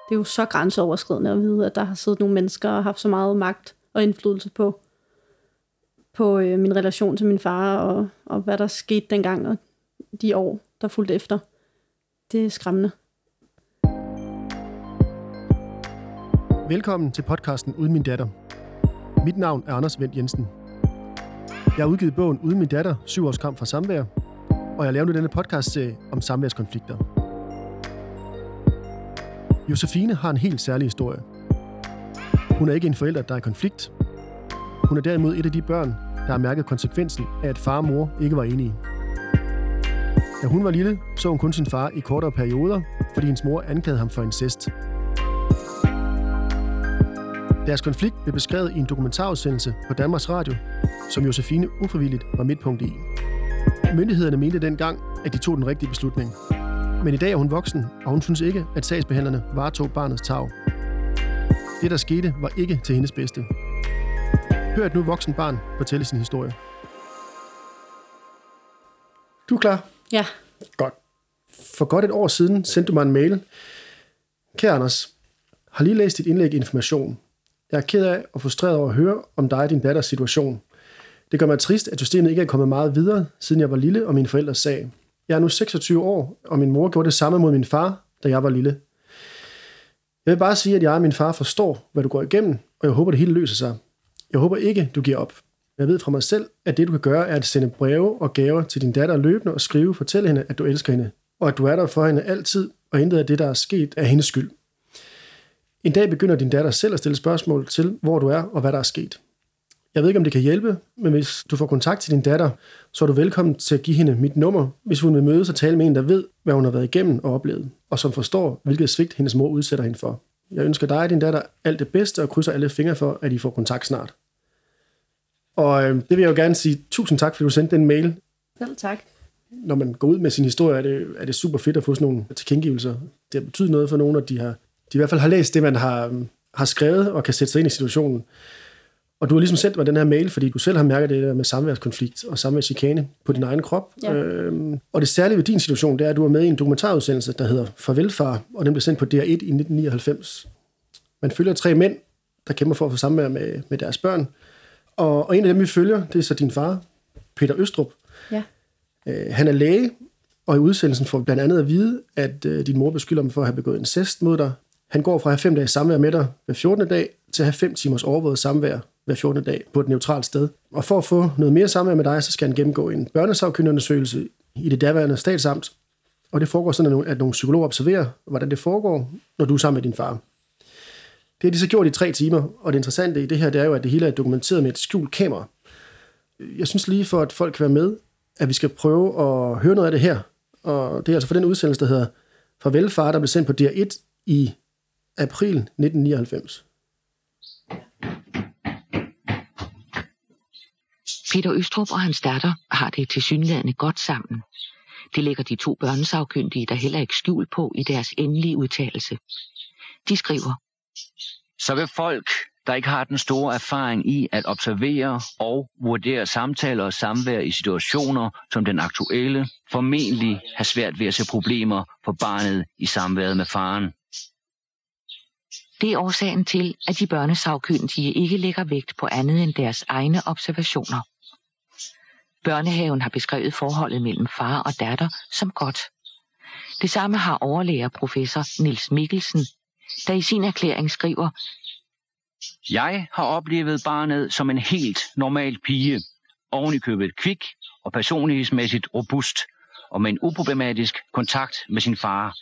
Det er jo så grænseoverskridende at vide, at der har siddet nogle mennesker og haft så meget magt og indflydelse på min relation til min far, og hvad der skete dengang, og de år, der fulgte efter. Det er skræmmende. Velkommen til podcasten Uden min datter. Mit navn er Anders Wendt Jensen. Jeg har udgivet bogen Uden min datter, 7 års kamp for samvær, og jeg laver nu denne podcastserie om samværskonflikter. Josefine har en helt særlig historie. Hun er ikke en forælder, der er i konflikt. Hun er derimod et af de børn, der har mærket konsekvensen af, at far og mor ikke var enige. Da hun var lille, så hun kun sin far i kortere perioder, fordi hendes mor anklagede ham for incest. Deres konflikt blev beskrevet i en dokumentarudsendelse på Danmarks Radio, som Josefine ufrivilligt var midtpunkt i. Myndighederne mente dengang, at de tog den rigtige beslutning. Men i dag er hun voksen, og hun synes ikke, at sagsbehandlerne varetog barnets tarv. Det, der skete, var ikke til hendes bedste. Hør et nu voksen barn fortælle sin historie. Du er klar? Ja. Godt. For godt et år siden sendte du mig en mail. Kære Anders, har lige læst dit indlæg i Information. Jeg er ked af og frustreret over at høre om dig og din datters situation. Det gør mig trist, at systemet ikke er kommet meget videre, siden jeg var lille og mine forældres sag. Jeg er nu 26 år, og min mor gjorde det samme mod min far, da jeg var lille. Jeg vil bare sige, at jeg og min far forstår, hvad du går igennem, og jeg håber, det hele løser sig. Jeg håber ikke, du giver op. Jeg ved fra mig selv, at det, du kan gøre, er at sende breve og gaver til din datter løbende og skrive, fortælle hende, at du elsker hende, og at du er der for hende altid, og intet af det, der er sket, er hendes skyld. En dag begynder din datter selv at stille spørgsmål til, hvor du er og hvad der er sket. Jeg ved ikke, om det kan hjælpe, men hvis du får kontakt til din datter, så er du velkommen til at give hende mit nummer, hvis hun vil mødes og tale med en, der ved, hvad hun har været igennem og oplevet, og som forstår, hvilket svigt hendes mor udsætter hende for. Jeg ønsker dig og din datter alt det bedste og krydser alle fingre for, at I får kontakt snart. Og det vil jeg jo gerne sige tusind tak, fordi du sendte den mail. Selv tak. Når man går ud med sin historie, er det super fedt at få sådan nogle tilkendegivelser. Det har betydet noget for nogen, at de i hvert fald har læst det, man har skrevet, og kan sætte sig ind i situationen. Og du har ligesom sendt mig den her mail, fordi du selv har mærket det der med samværskonflikt og samværschikane på din egen krop. Ja. Og det særlige ved din situation, det er, at du er med i en dokumentarudsendelse, der hedder Farvel Far, og den blev sendt på DR1 i 1999. Man følger 3 mænd, der kæmper for at få samvær med deres børn. Og en af dem, vi følger, det er så din far, Peter Østrup. Ja. Han er læge, og i udsendelsen får blandt andet at vide, at din mor beskylder ham for at have begået incest mod dig. Han går fra at have 5 dages samvær med dig hver 14. dag, til at have 5 timers overvåget samvær hver 14. dag på et neutralt sted. Og for at få noget mere samvær med dig, så skal han gennemgå en børnesagkyndigundersøgelse i det daværende statsamt. Og det foregår sådan, at nogle psykologer observerer, hvordan det foregår, når du er sammen med din far. Det har de så gjort i 3 timer, og det interessante i det her, det er jo, at det hele er dokumenteret med et skjult kamera. Jeg synes lige for, at folk kan være med, at vi skal prøve at høre noget af det her. Og det er altså for den udsendelse, der hedder Farvel Far, der blev sendt på DR1 i april 1999. Peter Østrup og hans datter har det tilsyneladende godt sammen. Det lægger de 2 børnesagkyndige der heller ikke skjul på i deres endelige udtalelse. De skriver: Så vil folk, der ikke har den store erfaring i at observere og vurdere samtaler og samvær i situationer som den aktuelle, formentlig have svært ved at se problemer for barnet i samværet med faren. Det er årsagen til, at de børnesagkyndige ikke lægger vægt på andet end deres egne observationer. Børnehaven har beskrevet forholdet mellem far og datter som godt. Det samme har overlærer professor Niels Mikkelsen, der i sin erklæring skriver: Jeg har oplevet barnet som en helt normal pige, ovenikøbet kvik og personlighedsmæssigt robust, og med en uproblematisk kontakt med sin far.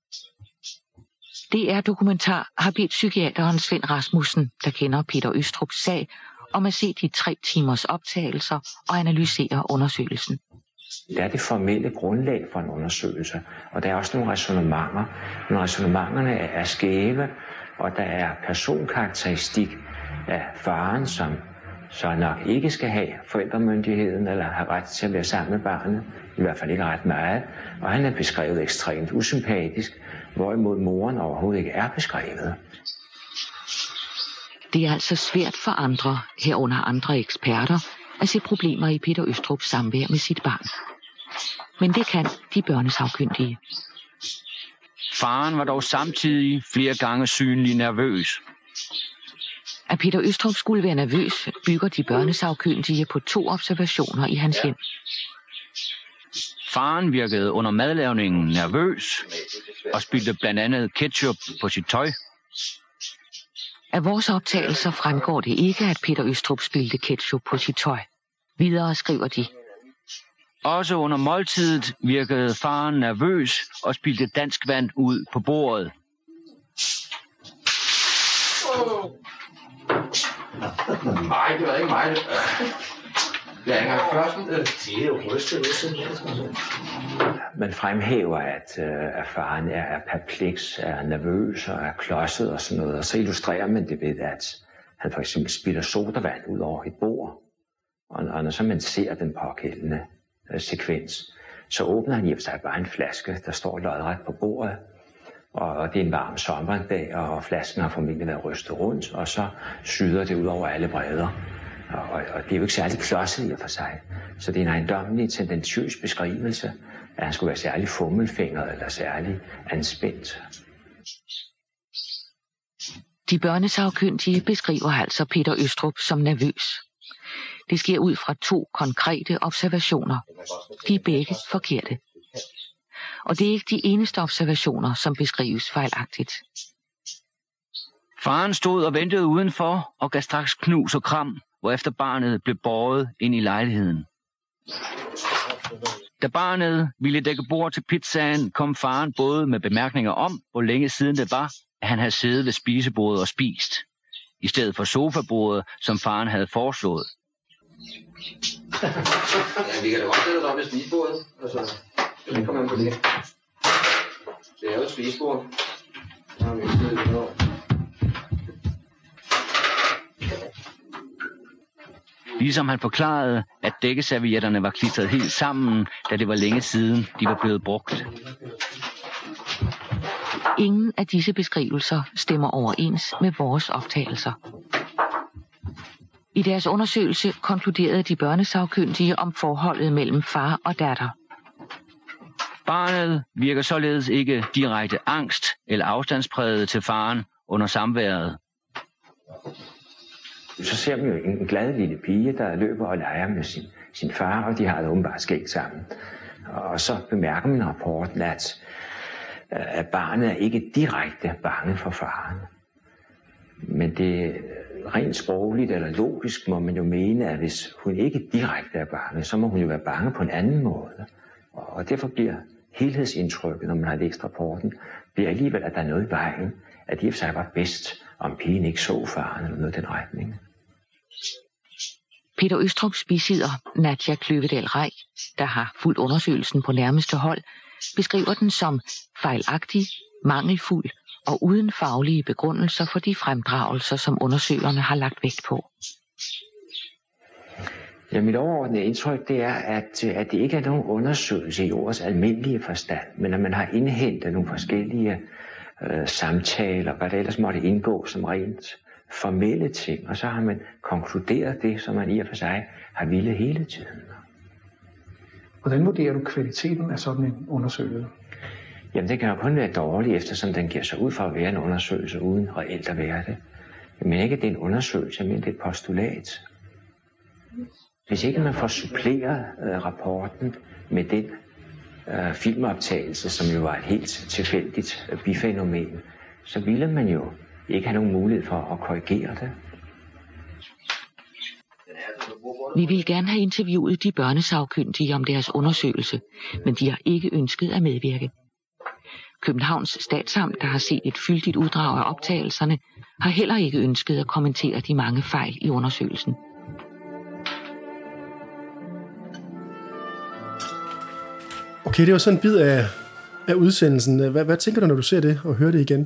DR-dokumentar har bedt psykiateren Svend Rasmussen, der kender Peter Østrups sag, om at se de 3 timers optagelser og analysere undersøgelsen. Det er det formelle grundlag for en undersøgelse, og der er også nogle ræsonnementer. Men ræsonnementerne er skæve, og der er personkarakteristik af faren, som så nok ikke skal have forældremyndigheden eller have ret til at være sammen med barnet, i hvert fald ikke ret meget, og han er beskrevet ekstremt usympatisk, hvorimod moren overhovedet ikke er beskrevet. Det er altså svært for andre, herunder andre eksperter, at se problemer i Peter Østrups samvær med sit barn. Men det kan de børnesagkyndige. Faren var dog samtidig flere gange synlig nervøs. At Peter Østrup skulle være nervøs, bygger de børnesagkyndige på 2 observationer i hans hjem. Faren virkede under madlavningen nervøs og spildte blandt andet ketchup på sit tøj. Af vores optagelser fremgår det ikke, at Peter Østrup spildte ketchup på sit tøj. Videre skriver de: Også under måltidet virkede faren nervøs og spildte dansk vand ud på bordet. Nej, det var ikke mig. Jeg er ikke engang først. Det er jo rystet. Man fremhæver, at faren er perpleks, er nervøs og er klodset og sådan noget. Og så illustrerer man det ved, at han for eksempel spilder sodavand ud over et bord. Og når så man ser den pågældende sekvens, så åbner han i sig bare en flaske, der står lodret på bordet. Og det er en varm sommerdag, og flasken har formentlig været rystet rundt, og så syder det ud over alle bredder. Og det er jo ikke særlig klodset i og for sig. Så det er en ejendommelig, tendentiøs beskrivelse, at han skulle være særlig fummelfingret eller særlig anspændt. De børnesagkyndige beskriver altså Peter Østrup som nervøs. Det sker ud fra 2 konkrete observationer. De er begge forkerte. Og det er ikke de eneste observationer, som beskrives fejlagtigt. Faren stod og ventede udenfor og gav straks knus og kram, hvorefter barnet blev båret ind i lejligheden. Da barnet ville dække bord til pizzaen, kom faren både med bemærkninger om, hvor længe siden det var, at han havde siddet ved spisebordet og spist, i stedet for sofabordet, som faren havde foreslået. Ja, vi kan da godt sætte op ved spisebordet. Altså, det kommer man på det. Det er jo et spisebord. Så har vi siddet lidt over. Ligesom han forklarede, at dækkeservietterne var klistret helt sammen, da det var længe siden, de var blevet brugt. Ingen af disse beskrivelser stemmer overens med vores optagelser. I deres undersøgelse konkluderede de børnesagkyndige om forholdet mellem far og datter. Barnet virker således ikke direkte angst eller afstandspræget til faren under samværet. Så ser man jo en glad lille pige, der løber og leger med sin far, og de har det åbenbart skægt sammen. Og så bemærker man i rapporten, at barnet er ikke direkte bange for faren. Men det rent sprogligt eller logisk må man jo mene, at hvis hun ikke direkte er bange, så må hun jo være bange på en anden måde. Og derfor bliver helhedsindtrykket, når man har læst rapporten, bliver alligevel, at der er noget i vejen, at det i og for sig var bedst, om pigen ikke så faren eller noget i den retning. Peter Østrups bisidder, Nadja Kløvedal Reich, der har fulgt undersøgelsen på nærmeste hold, beskriver den som fejlagtig, mangelfuld og uden faglige begrundelser for de fremdragelser, som undersøgerne har lagt vægt på. Ja, mit overordnede indtryk det er, at det ikke er nogen undersøgelse i ordets almindelige forstand, men at man har indhentet nogle forskellige samtaler, hvad der ellers måtte indgå som rent formelle ting, og så har man konkluderet det, som man i og for sig har ville hele tiden. Hvordan vurderer du kvaliteten af sådan en undersøgelse? Jamen, det kan jo kun være dårligt, eftersom den giver sig ud for at være en undersøgelse, uden reelt at være det. Men ikke, det er en undersøgelse, men det er et postulat. Hvis ikke man får suppleret rapporten med den filmoptagelse, som jo var et helt tilfældigt bifænomen, så ville man jo ikke have nogen mulighed for at korrigere det. Vi ville gerne have interviewet de børnesagkyndige om deres undersøgelse, men de har ikke ønsket at medvirke. Københavns Statsamt, der har set et fyldigt uddrag af optagelserne, har heller ikke ønsket at kommentere de mange fejl i undersøgelsen. Okay, det var sådan en bid af udsendelsen. Hvad tænker du, når du ser det og hører det igen?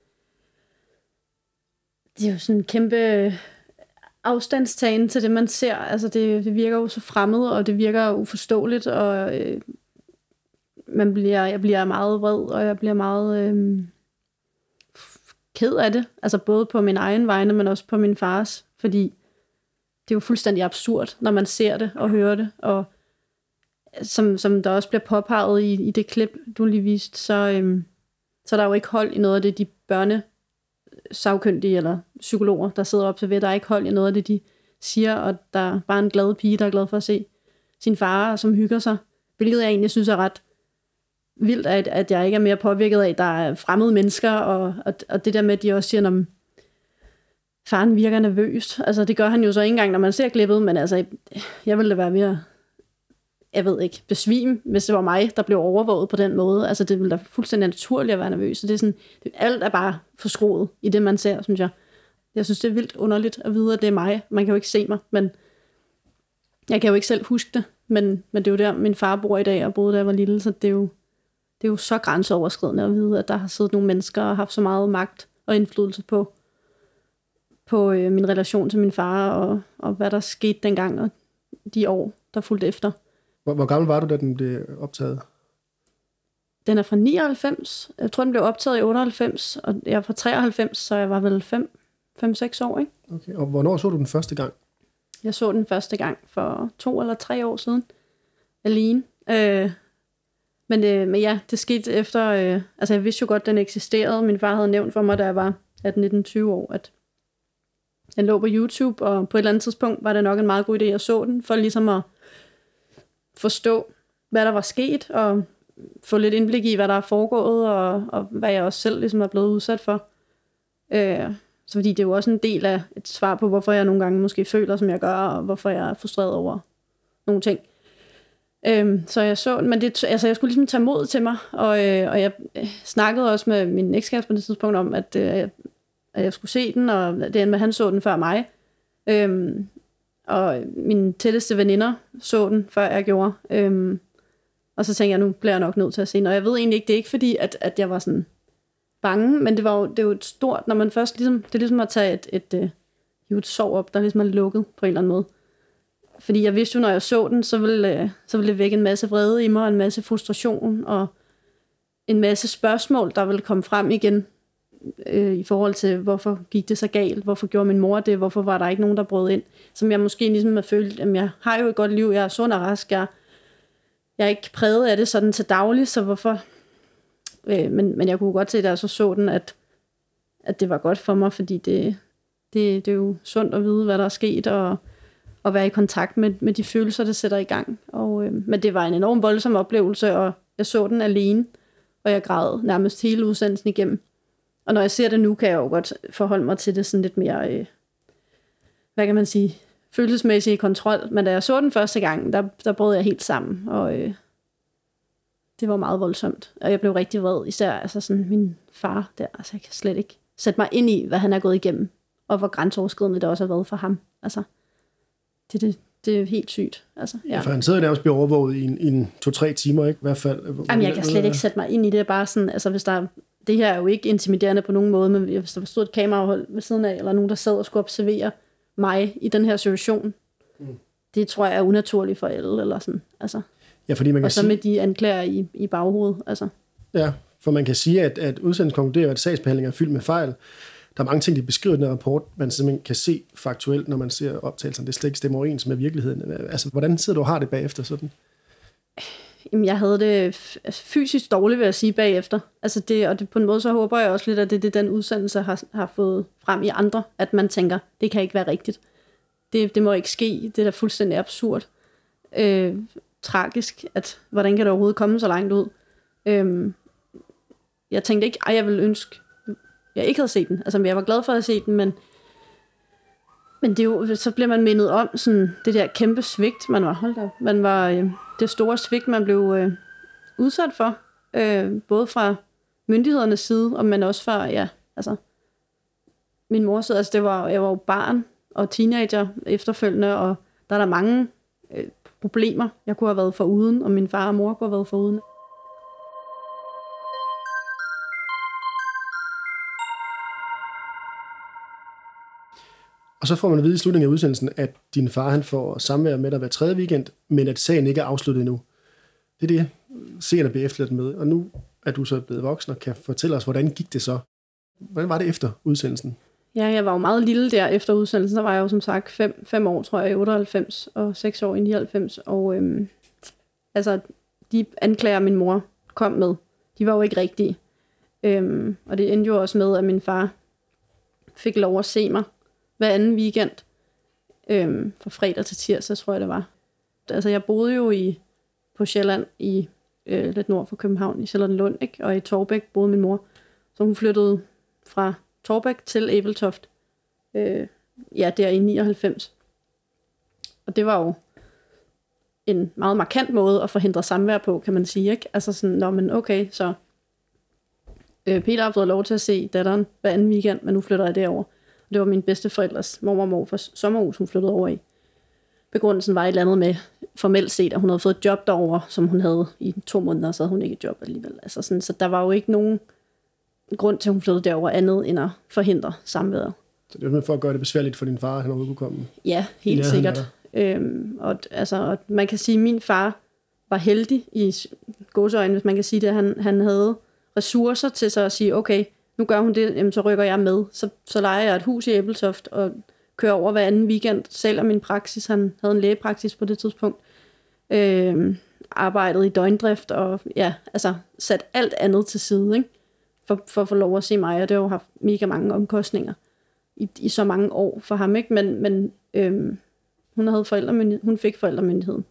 Det er jo sådan en kæmpe afstandstagen til det, man ser. Altså, det virker jo så fremmed, og det virker uforståeligt, og jeg bliver meget vred, og jeg bliver meget ked af det. Altså, både på min egen vegne, men også på min fars. Fordi det er jo fuldstændig absurd, når man ser det og hører det, og som der også bliver påpeget i det klip, du lige viste, så Så der er jo ikke hold i noget af det, de børnesagkyndige eller psykologer, der sidder og observerer. Der er ikke hold i noget af det, de siger, og der er bare en glad pige, der er glad for at se sin far, som hygger sig. Hvilket jeg egentlig synes er ret vildt, at jeg ikke er mere påvirket af, at der er fremmede mennesker, og det der med, at de også siger, at faren virker nervøs. Altså, det gør han jo så ikke engang, når man ser klippet, men altså, jeg ville da være ved at, jeg ved ikke, besvime, hvis det var mig, der blev overvåget på den måde. Altså, det ville da fuldstændig naturligt at være nervøs. Så det er sådan, alt er bare forskruet i det, man ser, synes jeg. Jeg synes, det er vildt underligt at vide, at det er mig. Man kan jo ikke se mig, men jeg kan jo ikke selv huske det. Men det er jo der, min far bor i dag, og boede da jeg var lille, så det er jo så grænseoverskridende at vide, at der har siddet nogle mennesker og haft så meget magt og indflydelse på min relation til min far, og hvad der skete dengang, og de år, der fulgte efter. Hvor gammel var du, da den blev optaget? Den er fra 99. Jeg tror, den blev optaget i 98, og jeg er fra 93, så jeg var vel 5-6 år, ikke? Okay, og hvornår så du den første gang? Jeg så den første gang for 2 eller 3 år siden, alene. Men ja, det skete efter, altså jeg vidste jo godt, den eksisterede. Min far havde nævnt for mig, da jeg var 18-19-20 år, at den lå på YouTube, og på et eller andet tidspunkt var det nok en meget god idé, at jeg så den, for ligesom at forstå, hvad der var sket, og få lidt indblik i, hvad der er foregået, og hvad jeg også selv ligesom er blevet udsat for. Så fordi det er jo også en del af et svar på, hvorfor jeg nogle gange måske føler, som jeg gør, og hvorfor jeg er frustreret over nogle ting. Så jeg så, men det, altså jeg skulle ligesom tage mod til mig, og jeg snakkede også med min ekskæreste på det tidspunkt om, at jeg skulle se den, og det endte med, han så den før mig. Og mine tætteste veninder så den, før jeg gjorde. Og så tænkte jeg, nu bliver jeg nok nødt til at se den. Og jeg ved egentlig ikke, det er ikke fordi, at jeg var sådan bange, men det er jo et stort, når man først ligesom, det er ligesom at tage et sår op, der ligesom er lukket på en eller anden måde. Fordi jeg vidste jo, når jeg så den, så ville det vække en masse vrede i mig, en masse frustration, og en masse spørgsmål, der ville komme frem igen, i forhold til, hvorfor gik det så galt, hvorfor gjorde min mor det, hvorfor var der ikke nogen, der brød ind, som jeg måske ligesom har følt, at jeg har jo et godt liv, jeg er sund og rask, jeg er ikke præget af det sådan til daglig, så hvorfor, men jeg kunne godt se, da jeg så den, at det var godt for mig, fordi det er jo sundt at vide, hvad der er sket, og være i kontakt med de følelser, det sætter i gang, men det var en enorm voldsom oplevelse, og jeg så den alene, og jeg græd nærmest hele udsendelsen igennem. Og når jeg ser det nu, kan jeg jo godt forholde mig til det sådan lidt mere, hvad kan man sige, følelsesmæssig kontrol. Men da jeg så den første gang, der brød jeg helt sammen, og det var meget voldsomt. Og jeg blev rigtig vred, især altså sådan min far der. Altså jeg kan slet ikke sætte mig ind i, hvad han er gået igennem, og hvor grænseoverskridende det også har været for ham. Altså, det er helt sygt. Altså, ja. For han sidder nærmest og bliver overvåget i 2-3 timer, ikke? I hvert fald. Jamen, jeg kan slet ikke sætte mig ind i det. Bare sådan, altså hvis der det her er jo ikke intimiderende på nogen måde, men hvis der stod et kamerahold ved siden af, eller nogen, der sad og skulle observere mig i den her situation, det tror jeg er unaturligt for alle, eller sådan. Altså. Ja, fordi man kan og så med de anklager i baghovedet. Altså. Ja, for man kan sige, at udsendelsen konkluderer, at sagsbehandlingen er fyldt med fejl. Der er mange ting, de beskriver i den her rapport, man simpelthen kan se faktuelt, når man ser optagelserne. Det slet ikke stemmer overens med virkeligheden. Altså, hvordan sidder du og har det bagefter sådan? Jamen, jeg havde det fysisk dårligt, vil jeg sige, bagefter. Altså det på en måde, så håber jeg også lidt, at det den udsendelse har fået frem i andre, at man tænker, det kan ikke være rigtigt. Det må ikke ske. Det er da fuldstændig absurd. Tragisk, at hvordan kan det overhovedet komme så langt ud? Jeg tænkte ikke, jeg ville ønske, jeg ikke havde set den. Altså, jeg var glad for at have set den, men det er jo, så bliver man mindet om sådan, det der kæmpe svigt, man var det store svigt, man blev udsat for, både fra myndighedernes side, men også fra, ja, altså, min mors side. Altså, jeg var jo barn og teenager efterfølgende, og der er der mange problemer, jeg kunne have været foruden, og min far og mor kunne have været foruden. Og så får man at vide i slutningen af udsendelsen, at din far han får samvær med dig hver 3. weekend, men at sagen ikke er afsluttet endnu. Det er det, seerne bliver efterladt med. Og nu er du så blevet voksen og kan fortælle os, hvordan gik det så? Hvordan var det efter udsendelsen? Ja, jeg var jo meget lille der efter udsendelsen. Der var jeg jo som sagt 5 år, tror jeg, i 98 og 6 år i 99. Og altså, de anklager, min mor kom med, de var jo ikke rigtige. Og det endte jo også med, at min far fik lov at se mig hver anden weekend. Fra fredag til tirsdag, tror jeg det var. Altså jeg boede jo på Sjælland, lidt nord for København, i Charlottenlund, ikke? Og i Taarbæk boede min mor. Så hun flyttede fra Taarbæk til Ebeltoft. Der i 99. Og det var jo en meget markant måde at forhindre samvær på, kan man sige, ikke? Altså sådan, men okay, så Peter har fået lov til at se datteren hver anden weekend, men nu flytter jeg derover. Og det var min bedsteforældres mormor og morfars sommerhus, hun flyttede over i. Begrundelsen var et eller andet med formelt set, at hun havde fået et job derovre, som hun havde i 2 måneder, så havde hun ikke et job alligevel. Altså sådan, så der var jo ikke nogen grund til, at hun flyttede derover andet, end at forhindre samværet. Så det var for at gøre det besværligt for din far, at han overhovedet kunne komme? Ja, helt sikkert. Og man kan sige, at min far var heldig i gåseøjne, hvis man kan sige det. Han havde ressourcer til så at sige, okay, nu gør hun det, jamen, så rykker jeg med. Så lejer jeg et hus i Ebeltoft og kører over hver anden weekend, sælger min praksis. Han havde en lægepraksis på det tidspunkt. Arbejdede i døgndrift og sat alt andet til side, ikke? For at få lov at se mig, og det har jo haft mega mange omkostninger i så mange år for ham, ikke? Men hun fik forældremyndigheden.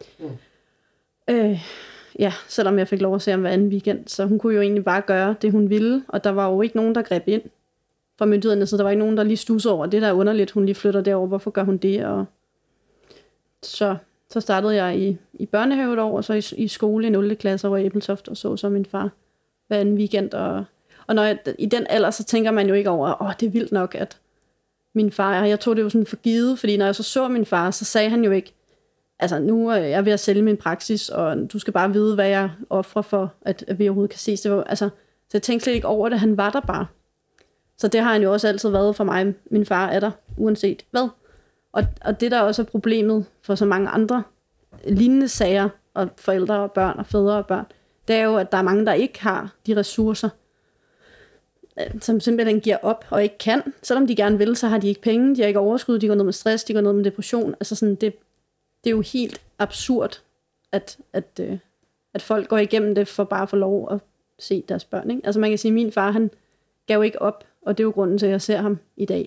Selvom jeg fik lov at se ham hver anden weekend, så hun kunne jo egentlig bare gøre det, hun ville, og der var jo ikke nogen, der greb ind fra myndighederne, så der var ikke nogen, der lige stussede over, det der er underligt, hun lige flytter derover, hvorfor gør hun det? Og så startede jeg i børnehave et år, og så i skole i 0. klasse over i Ebeltoft, og så min far hver anden weekend, og når jeg, i den alder, så tænker man jo ikke over, det er vildt nok, at min far, jeg tog det jo sådan for givet, fordi når jeg så min far, så sagde han jo ikke, altså nu er jeg ved at sælge min praksis, og du skal bare vide, hvad jeg offrer for, at vi overhovedet kan ses. Det var, så jeg tænkte slet ikke over det, han var der bare. Så det har han jo også altid været for mig. Min far er der, uanset hvad. Og det der også er problemet for så mange andre lignende sager, og forældre og børn, og fædre og børn, det er jo, at der er mange, der ikke har de ressourcer, som simpelthen giver op og ikke kan. Selvom de gerne vil, så har de ikke penge, de har ikke overskud, de går ned med stress, de går ned med depression. Altså sådan, det er jo helt absurd, at folk går igennem det for bare at få lov at se deres børn, ikke? Altså man kan sige, at min far, han gav ikke op, og det er jo grunden til, at jeg ser ham i dag.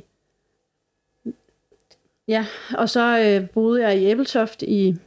Ja, og så boede jeg i Ebeltoft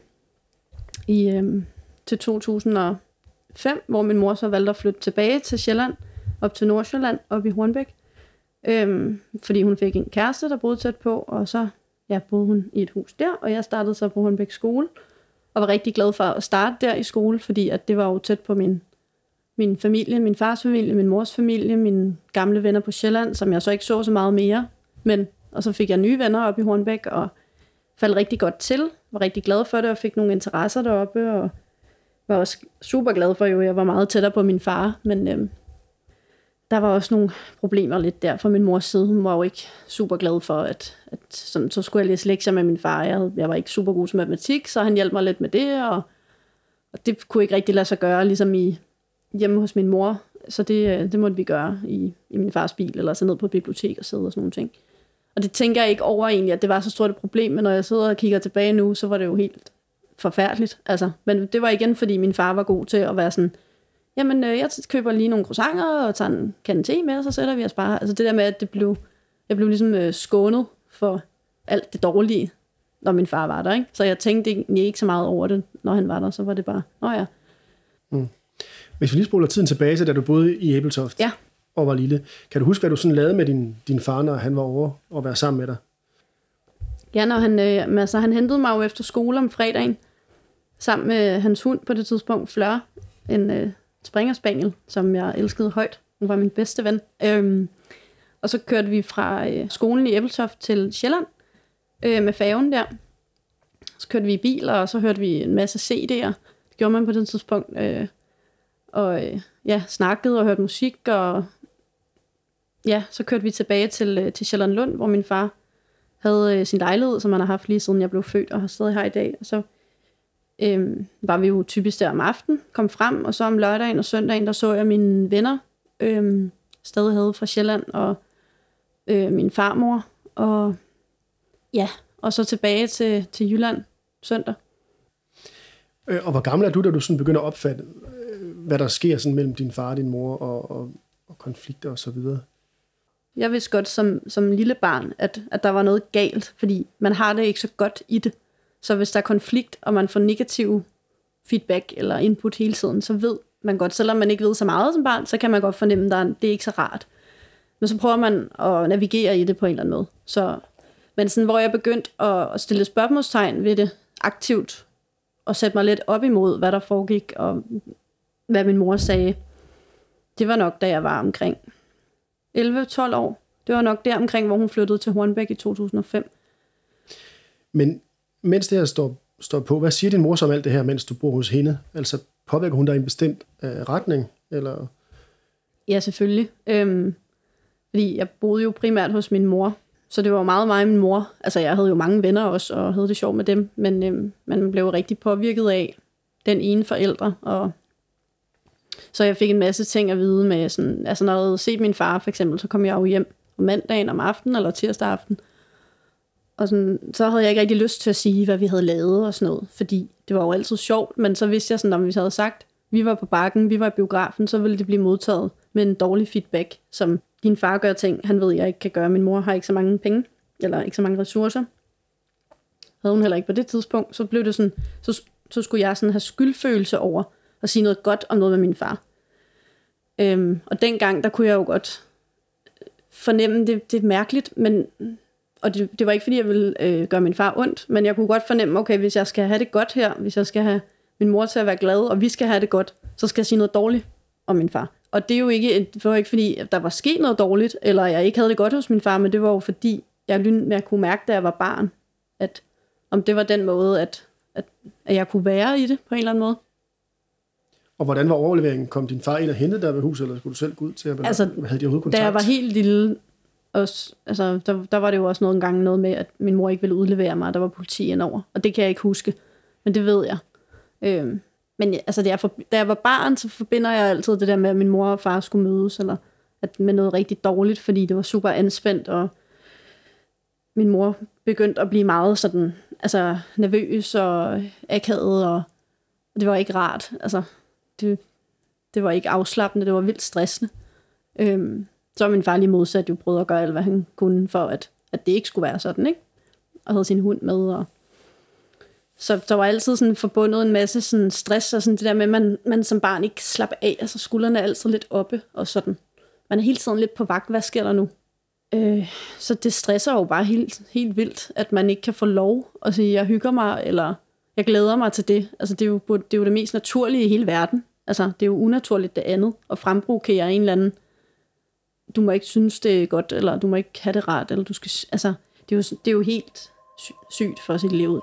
til 2005, hvor min mor så valgte at flytte tilbage til Sjælland, op til Nordsjælland, op i Hornbæk, fordi hun fik en kæreste, der boede tæt på, og så boede hun i et hus der, og jeg startede så på Hornbæk skole, og var rigtig glad for at starte der i skole, fordi at det var jo tæt på min familie, min fars familie, min mors familie, mine gamle venner på Sjælland, som jeg så ikke så meget mere, og så fik jeg nye venner op i Hornbæk, og faldt rigtig godt til, var rigtig glad for det, og fik nogle interesser deroppe, og var også super glad for, jeg var meget tættere på min far, men der var også nogle problemer lidt der fra min mors side. Hun var jo ikke super glad for, at så skulle jeg læse lektier med min far. Jeg var ikke super god til matematik, så han hjalp mig lidt med det, og det kunne ikke rigtig lade sig gøre, ligesom hjemme hos min mor. Så det måtte vi gøre i min fars bil, eller så ned på et bibliotek og sidde og sådan nogle ting. Og det tænker jeg ikke over egentlig, at det var så stort et problem, men når jeg sidder og kigger tilbage nu, så var det jo helt forfærdeligt. Altså, men det var igen, fordi min far var god til at være sådan, jamen, jeg køber lige nogle croissanter og tager en kande te med, og så sætter vi os bare. Altså det der med, at jeg blev ligesom skånet for alt det dårlige, når min far var der, ikke? Så jeg tænkte ikke så meget over det, når han var der, så var det bare, ja. Hvis vi lige spoler tiden tilbage til, da du boede i Ebeltoft og var lille, kan du huske, hvad du sådan lavede med din far, når han var over og være sammen med dig? Ja, når han hentede mig jo efter skole om fredagen, sammen med hans hund på det tidspunkt, Fleur, en springerspaniel, som jeg elskede højt. Hun var min bedste ven. Og så kørte vi fra skolen i Ebeltoft til Sjælland med færgen der. Så kørte vi i bil, og så hørte vi en masse CD'er. Det gjorde man på det tidspunkt. Snakkede og hørte musik. Og så kørte vi tilbage til Charlottenlund, hvor min far havde sin lejlighed, som han har haft lige siden jeg blev født, og har stadig her i dag. Og så var vi jo typisk der om aftenen, kom frem, og så om lørdagen og søndagen, der så jeg mine venner, stadig havde fra Sjælland, og min farmor, og så tilbage til Jylland søndag. Og hvor gammel er du, da du sådan begynder at opfatte, hvad der sker sådan mellem din far og din mor, og og konflikter og så videre. Jeg vidste godt som lille barn, at der var noget galt, fordi man har det ikke så godt i det. Så hvis der er konflikt, og man får negativ feedback eller input hele tiden, så ved man godt, selvom man ikke ved så meget som barn, så kan man godt fornemme, at det er ikke så rart. Men så prøver man at navigere i det på en eller anden måde. Men sådan, hvor jeg begyndte at stille spørgsmålstegn ved det aktivt, og sætte mig lidt op imod, hvad der foregik, og hvad min mor sagde, det var nok, da jeg var omkring 11-12 år. Det var nok der omkring, hvor hun flyttede til Hornbæk i 2005. Men mens det her står på, hvad siger din mor så om alt det her, mens du bor hos hende? Altså, påvirker hun dig i en bestemt retning? Eller? Ja, selvfølgelig. Fordi jeg boede jo primært hos min mor, så det var meget mig og min mor. Altså, jeg havde jo mange venner også, og havde det sjovt med dem, men man blev rigtig påvirket af den ene forælder, og så jeg fik en masse ting at vide med sådan, altså når jeg havde set min far for eksempel, så kom jeg jo hjem om mandagen om aftenen eller tirsdag aften. Og sådan, så havde jeg ikke rigtig lyst til at sige, hvad vi havde lavet og sådan noget, fordi det var jo altid sjovt, men så vidste jeg sådan, om vi havde sagt, vi var på bakken, vi var i biografen, så ville det blive modtaget med en dårlig feedback, som din far gør ting, han ved, jeg ikke kan gøre, min mor har ikke så mange penge, eller ikke så mange ressourcer. Havde hun heller ikke på det tidspunkt, så blev det sådan, så skulle jeg sådan have skyldfølelse over at sige noget godt om noget med min far. Og dengang, der kunne jeg jo godt fornemme, det er mærkeligt, men, og det var ikke fordi, jeg ville gøre min far ondt, men jeg kunne godt fornemme, okay, hvis jeg skal have det godt her, hvis jeg skal have min mor til at være glad, og vi skal have det godt, så skal jeg sige noget dårligt om min far. Og det er jo ikke, det var ikke fordi, at der var sket noget dårligt, eller jeg ikke havde det godt hos min far, men det var jo fordi, jeg kunne mærke, da jeg var barn, at om det var den måde, at jeg kunne være i det på en eller anden måde. Og hvordan var overleveringen? Kom din far ind og hentede dig ved huset, eller skulle du selv gå ud til at havde de overhovedet kontakt? Da jeg var helt lille, også, altså, der var det jo også noget med, at min mor ikke ville udlevere mig, og der var politi indover. Og det kan jeg ikke huske, men det ved jeg. Men altså, da jeg var barn, så forbinder jeg altid det der med, at min mor og far skulle mødes, eller med noget rigtig dårligt, fordi det var super anspændt, og min mor begyndte at blive meget sådan, altså nervøs og akavet, og det var ikke rart. Altså, det var ikke afslappende, det var vildt stressende. Så var min far lige modsat jo prøvede at gøre alt, hvad han kunne for, at det ikke skulle være sådan, ikke? Og havde sin hund med, og så der var altid sådan forbundet en masse sådan stress, og sådan det der med, at man som barn ikke kan slappe af, altså skuldrene er altid lidt oppe, og sådan. Man er hele tiden lidt på vagt, hvad sker der nu? Så det stresser jo bare helt vildt, at man ikke kan få lov at sige, jeg hygger mig, eller jeg glæder mig til det. Altså det er jo det mest naturlige i hele verden. Altså det er jo unaturligt det andet, at fremprovokere en eller anden, du må ikke synes det er godt, eller du må ikke have det rart, eller du skal, altså det er jo helt sygt for sit liv.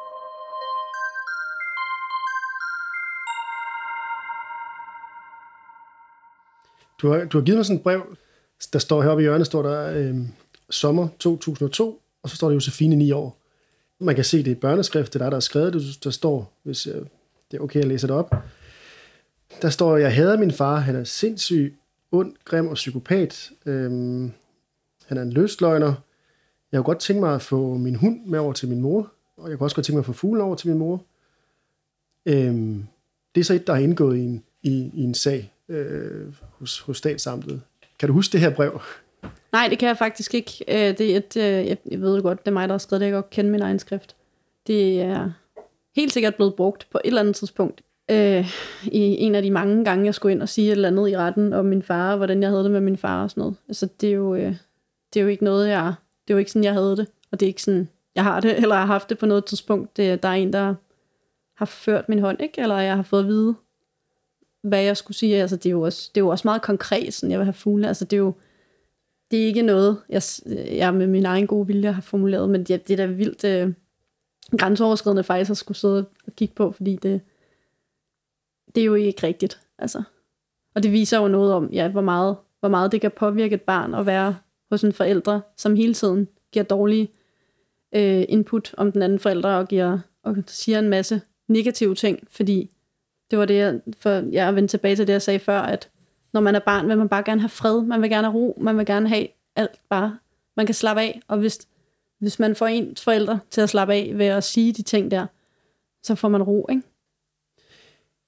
Du har givet mig sådan et brev, der står heroppe i hjørnet, står der sommer 2002, og så står der Josefine 9 år. Man kan se det i børneskrift, det der er skrevet, der står, hvis det er okay, jeg læser det op. Der står, jeg hader min far, han er sindssyg, ond, grim og psykopat. Han er en løsløgner. Jeg kunne godt tænke mig at få min hund med over til min mor, og jeg kunne også godt tænke mig at få fuglen over til min mor. Det er så et, der har indgået i en sag hos Statsamtet. Kan du huske det her brev? Nej, det kan jeg faktisk ikke. Det er jeg ved godt, det er mig, der har skrevet det. Jeg kan godt kende min egen skrift. Det er helt sikkert blevet brugt på et eller andet tidspunkt. I en af de mange gange, jeg skulle ind og sige et eller andet i retten om min far, og hvordan jeg havde det med min far og sådan noget. Altså, det er jo ikke noget, det er jo ikke sådan, jeg havde det. Og det er ikke sådan, jeg har det, eller jeg har haft det på noget tidspunkt. Der er en, der har ført min hånd, ikke? Eller jeg har fået at vide, hvad jeg skulle sige. Altså, det er jo også meget konkret, sådan jeg vil have fugle. Altså, det er ikke noget, jeg med min egen gode vilje har formuleret, men det er da vildt grænseoverskridende faktisk at skulle sidde og kigge på, fordi det er jo ikke rigtigt. Altså. Og det viser jo noget om, ja, hvor meget det kan påvirke et barn at være hos en forældre, som hele tiden giver dårlige input om den anden forælder og siger en masse negative ting, fordi det var det, jeg er vendt tilbage til det, jeg sagde før, at når man er barn, vil man bare gerne have fred, man vil gerne have ro, man vil gerne have alt bare, man kan slappe af, og hvis man får ens forældre til at slappe af ved at sige de ting der, så får man ro, ikke?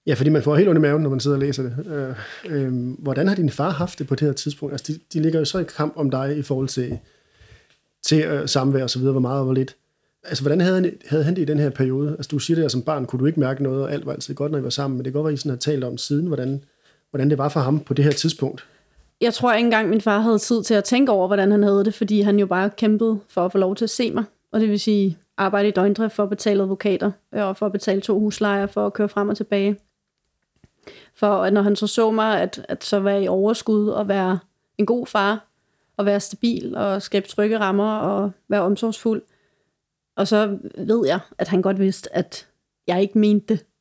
Ja, fordi man får helt ondt i maven, når man sidder og læser det. Hvordan har din far haft det på det her tidspunkt? Altså, de ligger jo så i kamp om dig i forhold til samvær og så videre, hvor meget og hvor lidt. Altså, hvordan havde han det i den her periode? Altså, du siger det, at som barn kunne du ikke mærke noget, og alt var altid godt, når I var sammen, men det kan godt være, at I sådan har talt om siden, hvordan det var for ham på det her tidspunkt. Jeg tror ikke engang, min far havde tid til at tænke over, hvordan han havde det, fordi han jo bare kæmpede for at få lov til at se mig. Og det vil sige, arbejde i døgndrift for at betale advokater, og for at betale 2 huslejer, for at køre frem og tilbage. For at når han så mig, at så være i overskud og være en god far, og være stabil og skabe trygge rammer og være omsorgsfuld. Og så ved jeg, at han godt vidste, at jeg ikke mente det.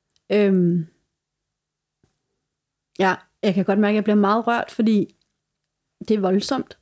Ja, jeg kan godt mærke, at jeg bliver meget rørt, fordi det er voldsomt.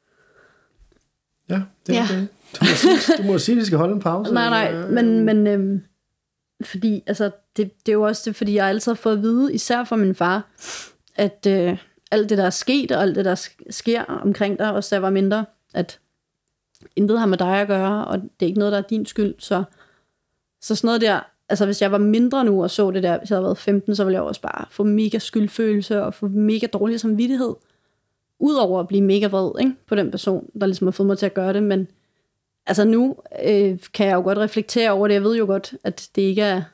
Ja, det er det. Du må sige, at vi skal holde en pause. Nej, men fordi, altså, det er jo også det, fordi jeg altid har fået at vide, især fra min far, at alt det, der er sket, og alt det, der sker omkring dig, også da jeg var mindre, at intet har med dig at gøre, og det er ikke noget, der er din skyld. Så sådan noget der, altså hvis jeg var mindre nu og så det der, hvis jeg havde været 15, så ville jeg også bare få mega skyldfølelse og få mega dårlig samvittighed. Udover at blive mega vred, ikke, på den person, der ligesom har fået mig til at gøre det. Men altså nu kan jeg jo godt reflektere over det. Jeg ved jo godt, at det ikke er...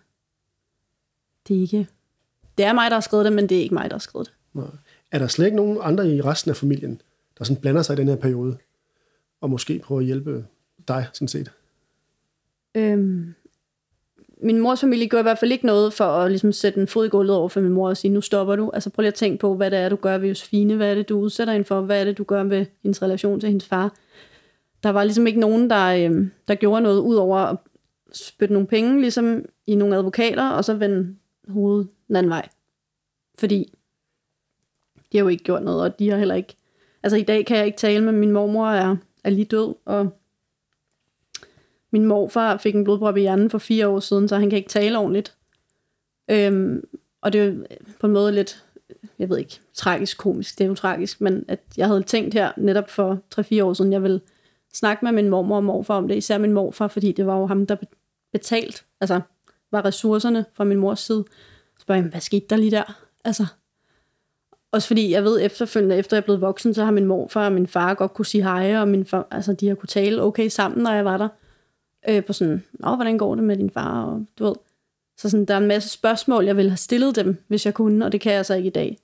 Det er mig, der har skrevet det, men det er ikke mig, der har skrevet det. Nej. Er der slet ikke nogen andre i resten af familien, der sådan blander sig i den her periode, og måske prøver at hjælpe dig, sådan set? Min mors familie gør i hvert fald ikke noget for at ligesom sætte en fod i gulvet over for min mor og sige, nu stopper du. Altså prøv lige at tænke på, hvad det er, du gør ved Josefine. Hvad er det, du udsætter hende for? Hvad er det, du gør ved hendes relation til hendes far? Der var ligesom ikke nogen, der gjorde noget, ud over at spytte nogle penge ligesom i nogle advokater, og så vende hovedet den anden vej. Fordi de har jo ikke gjort noget, og de har heller ikke... Altså i dag kan jeg ikke tale med min mormor, er lige død, og min morfar fik en blodprop i hjernen for 4 år siden, så han kan ikke tale ordentligt. Og det er jo på en måde lidt, jeg ved ikke, tragisk, komisk, det er jo tragisk, men at jeg havde tænkt her netop for 3-4 år siden, jeg ville snakke med min mormor og morfar om det, især min morfar, fordi det var jo ham, der betalt, altså var ressourcerne fra min mors side. Så spørger jeg, hvad skete der lige der? Altså, også fordi jeg ved efterfølgende, efter jeg er blevet voksen, så har min morfar og min far godt kunne sige hej, og min far, altså de har kunne tale okay sammen, når jeg var der. På sådan, hvordan går det med din far? Og du ved. Så sådan, der er en masse spørgsmål, jeg ville have stillet dem, hvis jeg kunne, og det kan jeg så ikke i dag.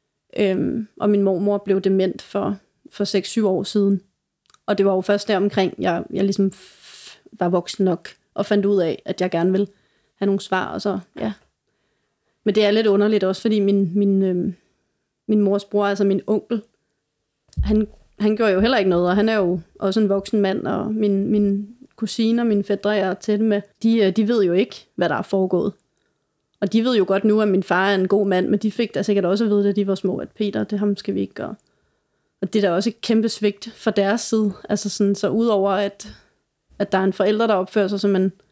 Og min mormor blev dement for 6-7 år siden. Og det var jo først der omkring, jeg ligesom var voksen nok, og fandt ud af, at jeg gerne ville have nogle svar, og så, ja. Men det er lidt underligt også, fordi min mors bror, altså min onkel, han gjorde jo heller ikke noget, og han er jo også en voksen mand, og min kusiner, mine fætre, jeg er tæt med, de ved jo ikke, hvad der er foregået. Og de ved jo godt nu, at min far er en god mand, men de fik da sikkert også at vide, da de var små, at Peter, det ham skal vi ikke gøre. Og det er da også et kæmpe svigt fra deres side. Altså sådan, så udover at der er en forælder, der opfører sig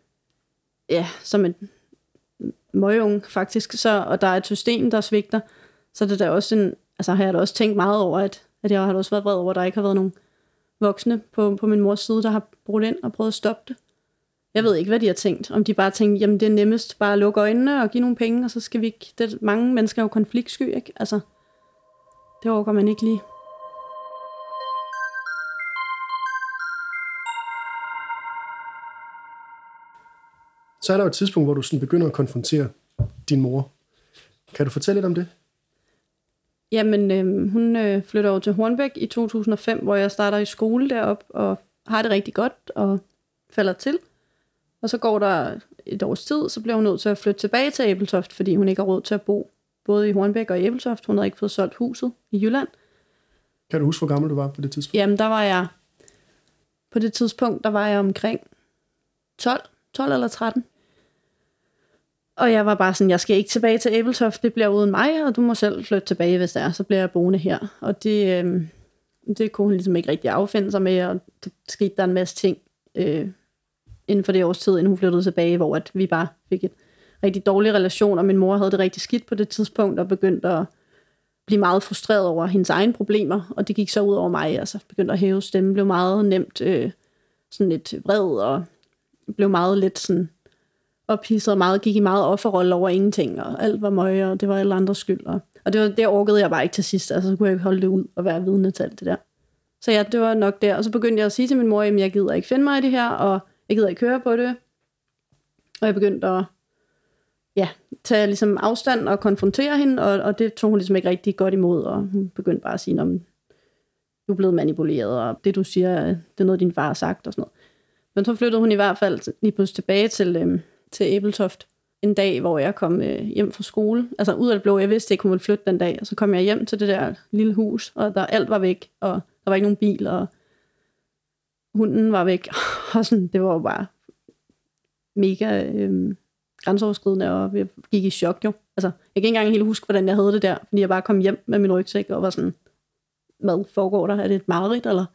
som en møgeunge faktisk, og der er et system, der svigter, så det er da også har jeg da også tænkt meget over, at jeg har også været vred over, at der ikke har været nogen voksne på min mors side, der har brugt ind og prøvet at stoppe det. Jeg ved ikke, hvad de har tænkt. Om de bare tænkt, jamen det er nemmest bare at lukke øjnene og give nogle penge, og så skal vi ikke... mange mennesker er jo konfliktsky, ikke? Altså, det overgår man ikke lige. Så er der jo et tidspunkt, hvor du sådan begynder at konfrontere din mor. Kan du fortælle lidt om det? Jamen, hun flytter over til Hornbæk i 2005, hvor jeg starter i skole deroppe, og har det rigtig godt, og falder til. Og så går der et års tid, så bliver hun nødt til at flytte tilbage til Ebeltoft, fordi hun ikke har råd til at bo både i Hornbæk og i Ebeltoft. Hun havde ikke fået solgt huset i Jylland. Kan du huske, hvor gammel du var på det tidspunkt? Jamen, på det tidspunkt, der var jeg omkring 12 eller 13. Og jeg var bare sådan, jeg skal ikke tilbage til Ebeltoft, det bliver uden mig, og du må selv flytte tilbage, hvis det er, så bliver jeg boende her. Og det kunne hun ligesom ikke rigtig affinde sig med, og det skete der en masse ting inden for det års tid, inden hun flyttede tilbage, hvor at vi bare fik et rigtig dårlig relation, og min mor havde det rigtig skidt på det tidspunkt, og begyndte at blive meget frustreret over hendes egne problemer, og det gik så ud over mig, altså begyndte at hæve stemmen, blev meget nemt sådan lidt vred, og blev meget lidt sådan ophidset og gik i meget offerrolle over ingenting, og alt var møg, og det var alle andres skyld. Og det orkede jeg bare ikke til sidst, altså så kunne jeg ikke holde det ud og være vidne til alt det der. Så ja, det var nok der. Og så begyndte jeg at sige til min mor, at jeg gider ikke finde mig i det her, og jeg gider ikke høre på det. Og jeg begyndte at tage ligesom afstand og konfrontere hende, og det tog hun ligesom ikke rigtig godt imod, og hun begyndte bare at sige, om du er blevet manipuleret, og det du siger, det er noget, din far har sagt, og sådan noget. Men så flyttede hun i hvert fald lige pludselig tilbage til Ebeltoft en dag, hvor jeg kom hjem fra skole. Altså ud af det blå, jeg vidste ikke, hun ville flytte den dag, og så kom jeg hjem til det der lille hus, og alt var væk, og der var ikke nogen bil, og hunden var væk, og sådan, det var jo bare mega grænseoverskridende, og jeg gik i chok jo. Altså, jeg kan ikke engang helt huske, hvordan jeg havde det der, fordi jeg bare kom hjem med min rygsæk, og var sådan, hvad foregår der? Er det et mareridt, eller?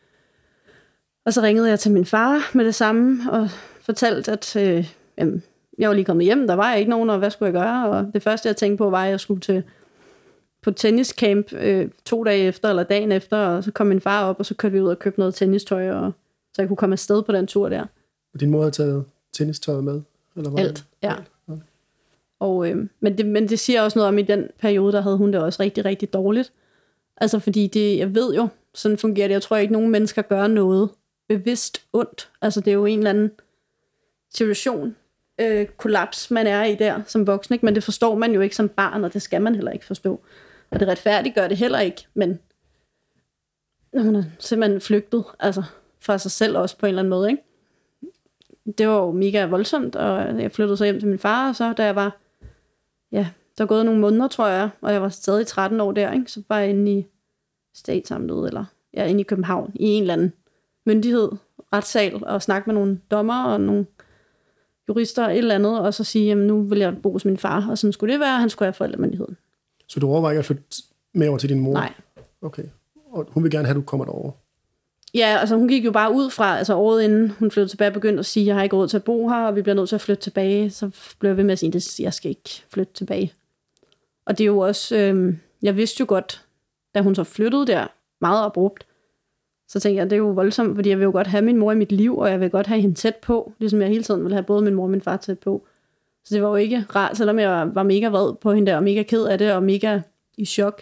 Og så ringede jeg til min far med det samme, og fortalte, at jeg var lige kommet hjem, der var ikke nogen, og hvad skulle jeg gøre? Og det første, jeg tænkte på, var, at jeg skulle på tenniscamp 2 dage efter, eller dagen efter, og så kom min far op, og så kørte vi ud og købte noget tennistøj, og så jeg kunne komme afsted på den tur der. Og din mor havde taget tennistøjet med? Eller hvad? Alt, ja. Og, men det siger også noget om, i den periode, der havde hun det også rigtig, rigtig dårligt. Altså fordi jeg ved jo, sådan fungerer det. Jeg tror ikke, nogen mennesker gør noget bevidst ondt. Altså det er jo en eller anden situation, kollaps, man er i der som voksen, ikke? Men det forstår man jo ikke som barn, og det skal man heller ikke forstå. Og det retfærdigt gør det heller ikke, men hun er simpelthen flygtet, altså fra sig selv også på en eller anden måde, ikke? Det var jo mega voldsomt, og jeg flyttede så hjem til min far, og så da jeg var, der var gået nogle måneder, tror jeg, og jeg var stadig 13 år der, ikke? Så var jeg inde i statsamtet, eller inde i København, i en eller anden myndighed, retssal, og snakke med nogle dommer og nogle jurister og et eller andet, og så sige, jamen nu vil jeg bo hos min far, og sådan skulle det være, han skulle have forældremyndigheden. Så du overvejer ikke at flytte med over til din mor? Nej. Okay. Og hun vil gerne have, at du kommer derover? Ja, altså hun gik jo bare ud fra, altså året inden hun flyttede tilbage, begyndte at sige, jeg har ikke råd til at bo her, og vi bliver nødt til at flytte tilbage. Så blev jeg ved med at sige, at jeg skal ikke flytte tilbage. Og det er jo også, jeg vidste jo godt, da hun så flyttede der, meget abrupt, så tænkte jeg, det er jo voldsomt, fordi jeg vil jo godt have min mor i mit liv, og jeg vil godt have hende tæt på, ligesom jeg hele tiden vil have både min mor og min far tæt på. Så det var jo ikke rart, selvom jeg var mega vred på hende der, og mega ked af det, og mega i chok.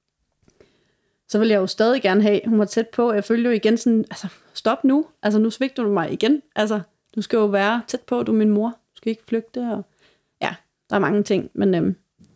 Så ville jeg jo stadig gerne have, hun var tæt på. Jeg følte jo igen sådan, altså stop nu. Altså nu svigter du mig igen. Altså du skal jo være tæt på, du er min mor. Du skal ikke flygte. Og ja, der er mange ting. Men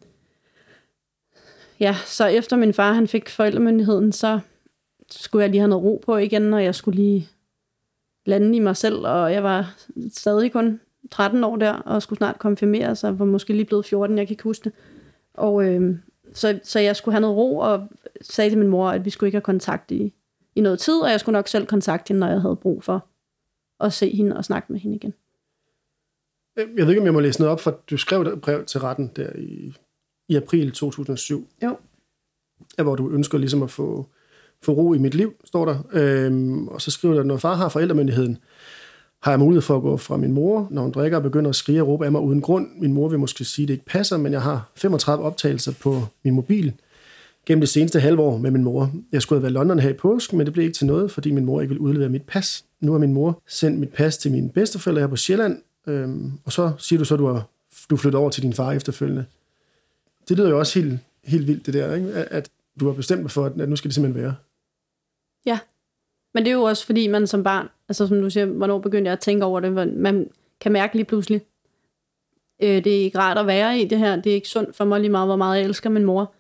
så efter min far han fik forældremyndigheden, så skulle jeg lige have noget ro på igen, og jeg skulle lige lande i mig selv. Og jeg var stadig kun 13 år der, og skulle snart konfirmere, så jeg var måske lige blevet 14, jeg kan ikke huske det. Og så jeg skulle have noget ro, og sagde til min mor, at vi skulle ikke have kontakt i noget tid, og jeg skulle nok selv kontakte hende, når jeg havde brug for at se hende og snakke med hende igen. Jeg ved ikke, om jeg må læse noget op, for du skrev et brev til retten der i april 2007. Jo. Hvor du ønsker ligesom at få ro i mit liv, står der. Og så skriver der, når far har forældremyndigheden, har jeg mulighed for at gå fra min mor, når hun drikker og begynder at skrige og råbe af mig uden grund. Min mor vil måske sige, at det ikke passer, men jeg har 35 optagelser på min mobil gennem det seneste halvår med min mor. Jeg skulle have været i London her i påsken, men det blev ikke til noget, fordi min mor ikke ville udlevere mit pas. Nu har min mor sendt mit pas til mine bedsteforældre her på Sjælland, og så siger du så, at du flytter over til din far efterfølgende. Det lyder jo også helt vildt, det der, ikke? At du har bestemt mig for, at nu skal det simpelthen være. Ja, men det er jo også fordi, man som barn, altså som du siger, hvornår begyndte jeg at tænke over det, man kan mærke lige pludselig, det er ikke rart at være i det her, det er ikke sundt for mig lige meget, hvor meget jeg elsker min mor.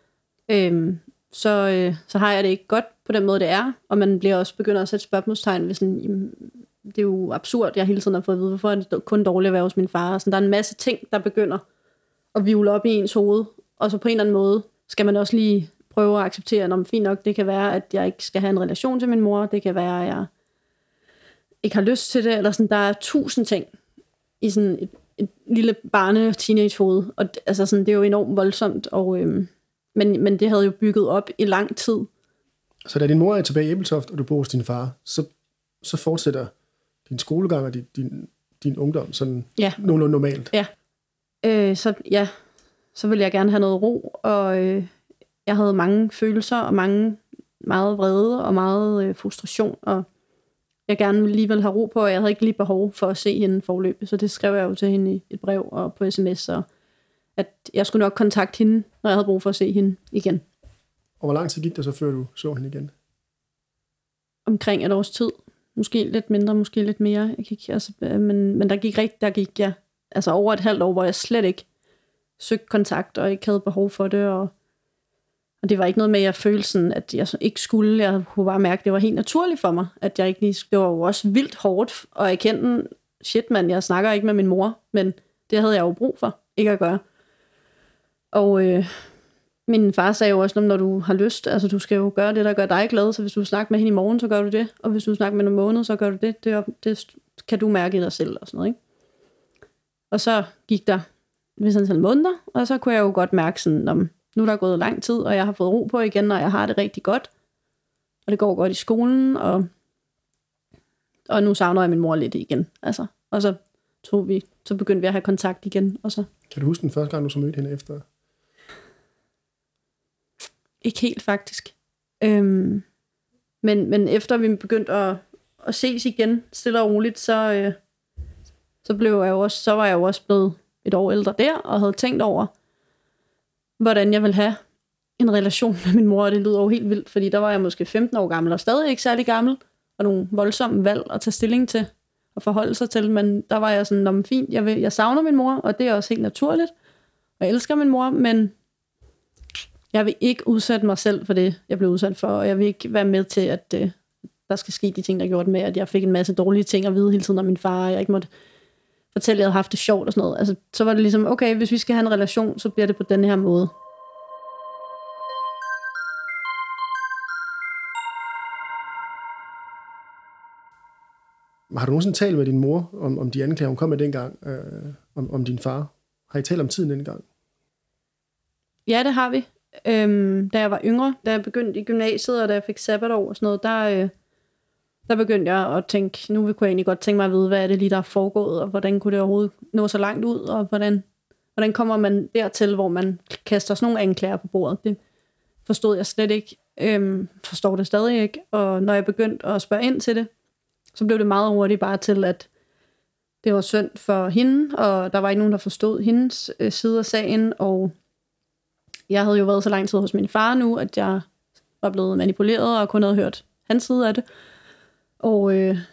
Så har jeg det ikke godt på den måde, det er, og man bliver også begynder at sætte spørgsmålstegn ved sådan, jamen, det er jo absurd, jeg hele tiden har fået at vide, hvorfor er det kun dårligt at være hos min far. Så der er en masse ting, der begynder at hvirvle op i ens hoved, og så på en eller anden måde skal man også lige prøve at acceptere, at fint nok, det kan være, at jeg ikke skal have en relation til min mor, det kan være, at jeg ikke har lyst til det, eller sådan, der er 1000 ting i sådan et lille barne-teenage-hoved, og altså sådan, det er jo enormt voldsomt, og, men det havde jo bygget op i lang tid. Så da din mor er tilbage i Ebeltoft, og du bor hos din far, så fortsætter din skolegang og din ungdom sådan nogenlunde normalt? Ja. Så ville jeg gerne have noget ro, og jeg havde mange følelser, og meget vrede, og meget frustration, og jeg gerne ville alligevel have ro på, og jeg havde ikke lige behov for at se hende forløbet. Så det skrev jeg jo til hende i et brev og på sms, og at jeg skulle nok kontakte hende, når jeg havde brug for at se hende igen. Og hvor lang tid gik det så, før du så hende igen? Omkring et års tid. Måske lidt mindre, måske lidt mere. Men der gik jeg altså over et halvt år, hvor jeg slet ikke søgte kontakt, og ikke havde behov for det, og det var ikke noget med, at jeg følte sådan, at jeg ikke skulle. Jeg kunne bare mærke, at det var helt naturligt for mig, at jeg ikke lige... Det var jo også vildt hårdt, og jeg kendte, shit mand, jeg snakker ikke med min mor, men det havde jeg jo brug for, ikke at gøre. Og min far sagde jo også, når du har lyst, altså du skal jo gøre det, der gør dig glad, så hvis du snakker med hende i morgen, så gør du det, og hvis du snakker med hende om måned, så gør du det. Det kan du mærke i dig selv, og sådan noget, ikke? Og så gik der ved sådan en måneder, og så kunne jeg jo godt mærke sådan, nu er der gået lang tid, og jeg har fået ro på igen, og jeg har det rigtig godt. Og det går godt i skolen, og nu savner jeg min mor lidt igen. Altså. Og så begyndte vi at have kontakt igen. Og så. Kan du huske den første gang, du så mødte hende efter? Ikke helt faktisk. Men efter vi begyndte at ses igen, stille og roligt, så var jeg jo også blevet et år ældre der, og havde tænkt over, hvordan jeg ville have en relation med min mor, og det lyder jo helt vildt, fordi der var jeg måske 15 år gammel, og stadig ikke særlig gammel, og nogle voldsomme valg at tage stilling til, og forholde sig til, men der var jeg sådan, fint, jeg savner min mor, og det er også helt naturligt, og jeg elsker min mor, men jeg vil ikke udsætte mig selv for det, jeg blev udsat for, og jeg vil ikke være med til, at der skal ske de ting, der gjorde med, at jeg fik en masse dårlige ting at vide hele tiden om min far, og jeg ikke måtte fortælle, at jeg havde haft det sjovt og sådan noget. Altså, så var det ligesom, okay, hvis vi skal have en relation, så bliver det på den her måde. Har du nogensinde talt med din mor om de anklager, hun kom med dengang, om din far? Har I talt om tiden dengang? Ja, det har vi. Da jeg var yngre, da jeg begyndte i gymnasiet, og da jeg fik sabbatår og sådan noget, der begyndte jeg at tænke, nu kunne jeg egentlig godt tænke mig at vide, hvad er det lige, der er foregået, og hvordan kunne det overhovedet nå så langt ud, og hvordan kommer man dertil, hvor man kaster sådan nogle anklager på bordet. Det forstod jeg slet ikke. Forstår det stadig ikke. Og når jeg begyndte at spørge ind til det, så blev det meget hurtigt bare til, at det var synd for hende, og der var ikke nogen, der forstod hendes side af sagen, og jeg havde jo været så lang tid hos min far nu, at jeg var blevet manipuleret, og kun havde hørt hans side af det. Og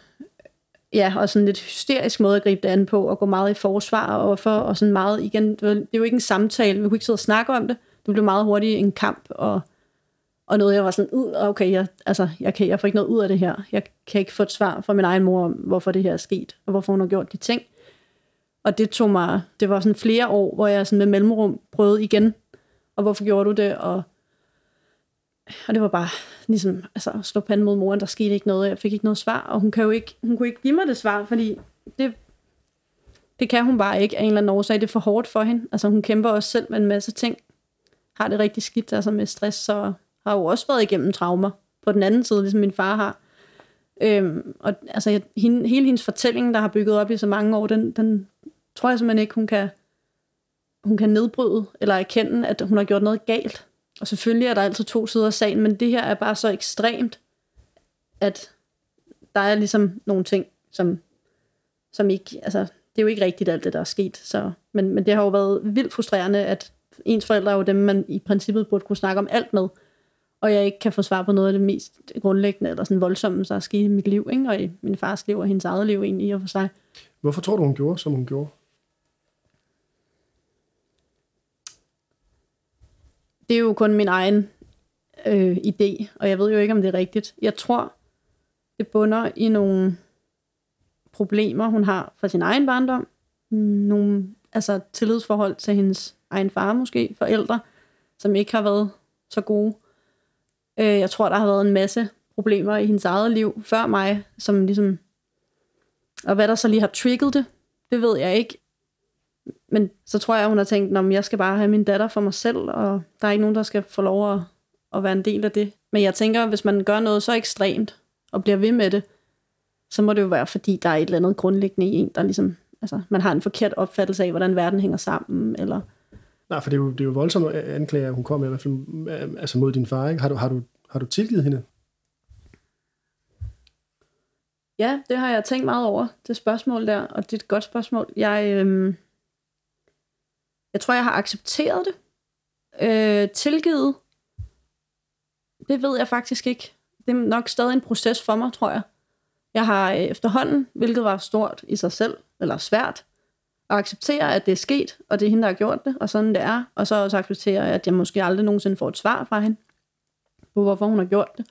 og sådan lidt hysterisk måde at gribe det an på, og gå meget i forsvar, og sådan meget, igen, det er jo ikke en samtale, vi kunne ikke sidde og snakke om det, det blev meget hurtigt en kamp, og noget, jeg var sådan, okay, jeg får ikke noget ud af det her, jeg kan ikke få et svar fra min egen mor om, hvorfor det her er sket, og hvorfor hun har gjort de ting, og det var sådan flere år, hvor jeg sådan med mellemrum prøvede igen, og hvorfor gjorde du det, og det var bare ligesom at slå panden mod moren, der skete ikke noget, jeg fik ikke noget svar, og hun kunne ikke give mig det svar, fordi det kan hun bare ikke af en eller anden årsag, det er for hårdt for hende, altså hun kæmper også selv med en masse ting, har det rigtig skidt, altså med stress, så har jo også været igennem traumer på den anden side, ligesom min far har, og altså hele hendes fortælling, der har bygget op i så mange år, den tror jeg simpelthen ikke, hun kan nedbryde, eller erkende, at hun har gjort noget galt. Og selvfølgelig er der altid to sider af sagen, men det her er bare så ekstremt, at der er ligesom nogle ting, som ikke, altså det er jo ikke rigtigt alt det, der er sket. Så, men det har jo været vildt frustrerende, at ens forældre er jo dem, man i princippet burde kunne snakke om alt med, og jeg ikke kan få svar på noget af det mest grundlæggende, eller sådan voldsomme, der er sket i mit liv, ikke? Og i min fars liv, og hendes eget liv egentlig i og for sig. Hvorfor tror du, hun gjorde, som hun gjorde? Det er jo kun min egen idé, og jeg ved jo ikke, om det er rigtigt. Jeg tror, det bunder i nogle problemer, hun har fra sin egen barndom. Nogle tillidsforhold til hendes egen far måske, forældre, som ikke har været så gode. Jeg tror, der har været en masse problemer i hendes eget liv før mig, som ligesom... Og hvad der så lige har trigget det ved jeg ikke. Men så tror jeg, hun har tænkt, at jeg skal bare have min datter for mig selv, og der er ikke nogen, der skal få lov at være en del af det. Men jeg tænker, hvis man gør noget så ekstremt, og bliver ved med det, så må det jo være, fordi der er et eller andet grundlæggende i en, der ligesom, man har en forkert opfattelse af, hvordan verden hænger sammen, eller... Nej, for det er jo voldsomme anklager, hun kom med, i hvert fald, mod din far, ikke? Har du tilgivet hende? Ja, det har jeg tænkt meget over, det spørgsmål der, og det er et godt spørgsmål. Jeg tror, jeg har accepteret det. Tilgivet, det ved jeg faktisk ikke. Det er nok stadig en proces for mig, tror jeg. Jeg har efterhånden, hvilket var stort i sig selv, eller svært, at acceptere, at det er sket, og det er hende, der har gjort det, og sådan det er. Og så også acceptere, at jeg måske aldrig nogensinde får et svar fra hende, på hvorfor hun har gjort det.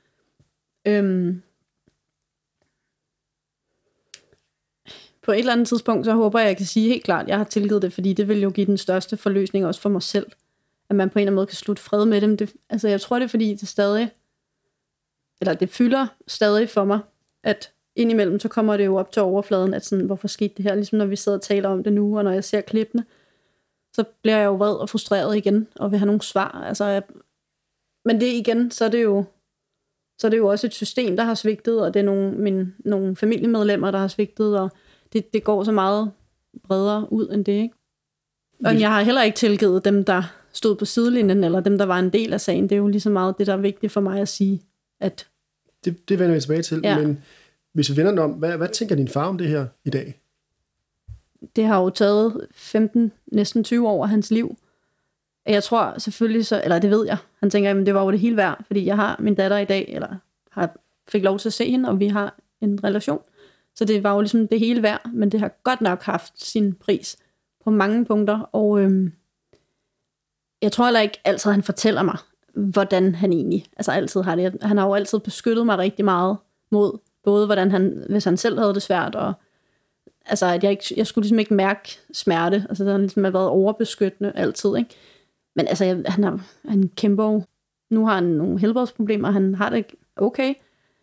På et eller andet tidspunkt, så håber jeg, at jeg kan sige helt klart, at jeg har tilgivet det, fordi det vil jo give den største forløsning også for mig selv. At man på en eller anden måde kan slutte fred med dem. Altså, jeg tror, det er fordi, det stadig, eller det fylder stadig for mig, at indimellem, så kommer det jo op til overfladen, at sådan, hvorfor skete det her? Ligesom når vi sidder og taler om det nu, og når jeg ser klippene, så bliver jeg jo vred og frustreret igen, og vil have nogle svar. Altså, men det igen, så er det jo også et system, der har svigtet, og det er nogle familiemedlemmer, der har svigtet, og det går så meget bredere ud end det, ikke? Og jeg har heller ikke tilgivet dem, der stod på sidelinjen, eller dem, der var en del af sagen. Det er jo lige så meget det, der er vigtigt for mig at sige, at... Det vender vi tilbage til, ja. Men hvis vi vender den om, hvad tænker din far om det her i dag? Det har jo taget 15, næsten 20 år af hans liv. Jeg tror selvfølgelig så, eller det ved jeg, han tænker, at det var jo det hele værd, fordi jeg har min datter i dag, eller fik lov til at se hende, og vi har en relation. Så det var jo ligesom det hele værd, men det har godt nok haft sin pris på mange punkter, og jeg tror heller ikke altid, han fortæller mig, hvordan han egentlig, altså altid har det. Han har jo altid beskyttet mig rigtig meget mod, både hvordan han, hvis han selv havde det svært, og altså at jeg skulle ligesom ikke mærke smerte, altså der har ligesom været overbeskyttende altid, ikke? Men altså, han kæmper jo, nu har han nogle helbredsproblemer, han har det ikke okay,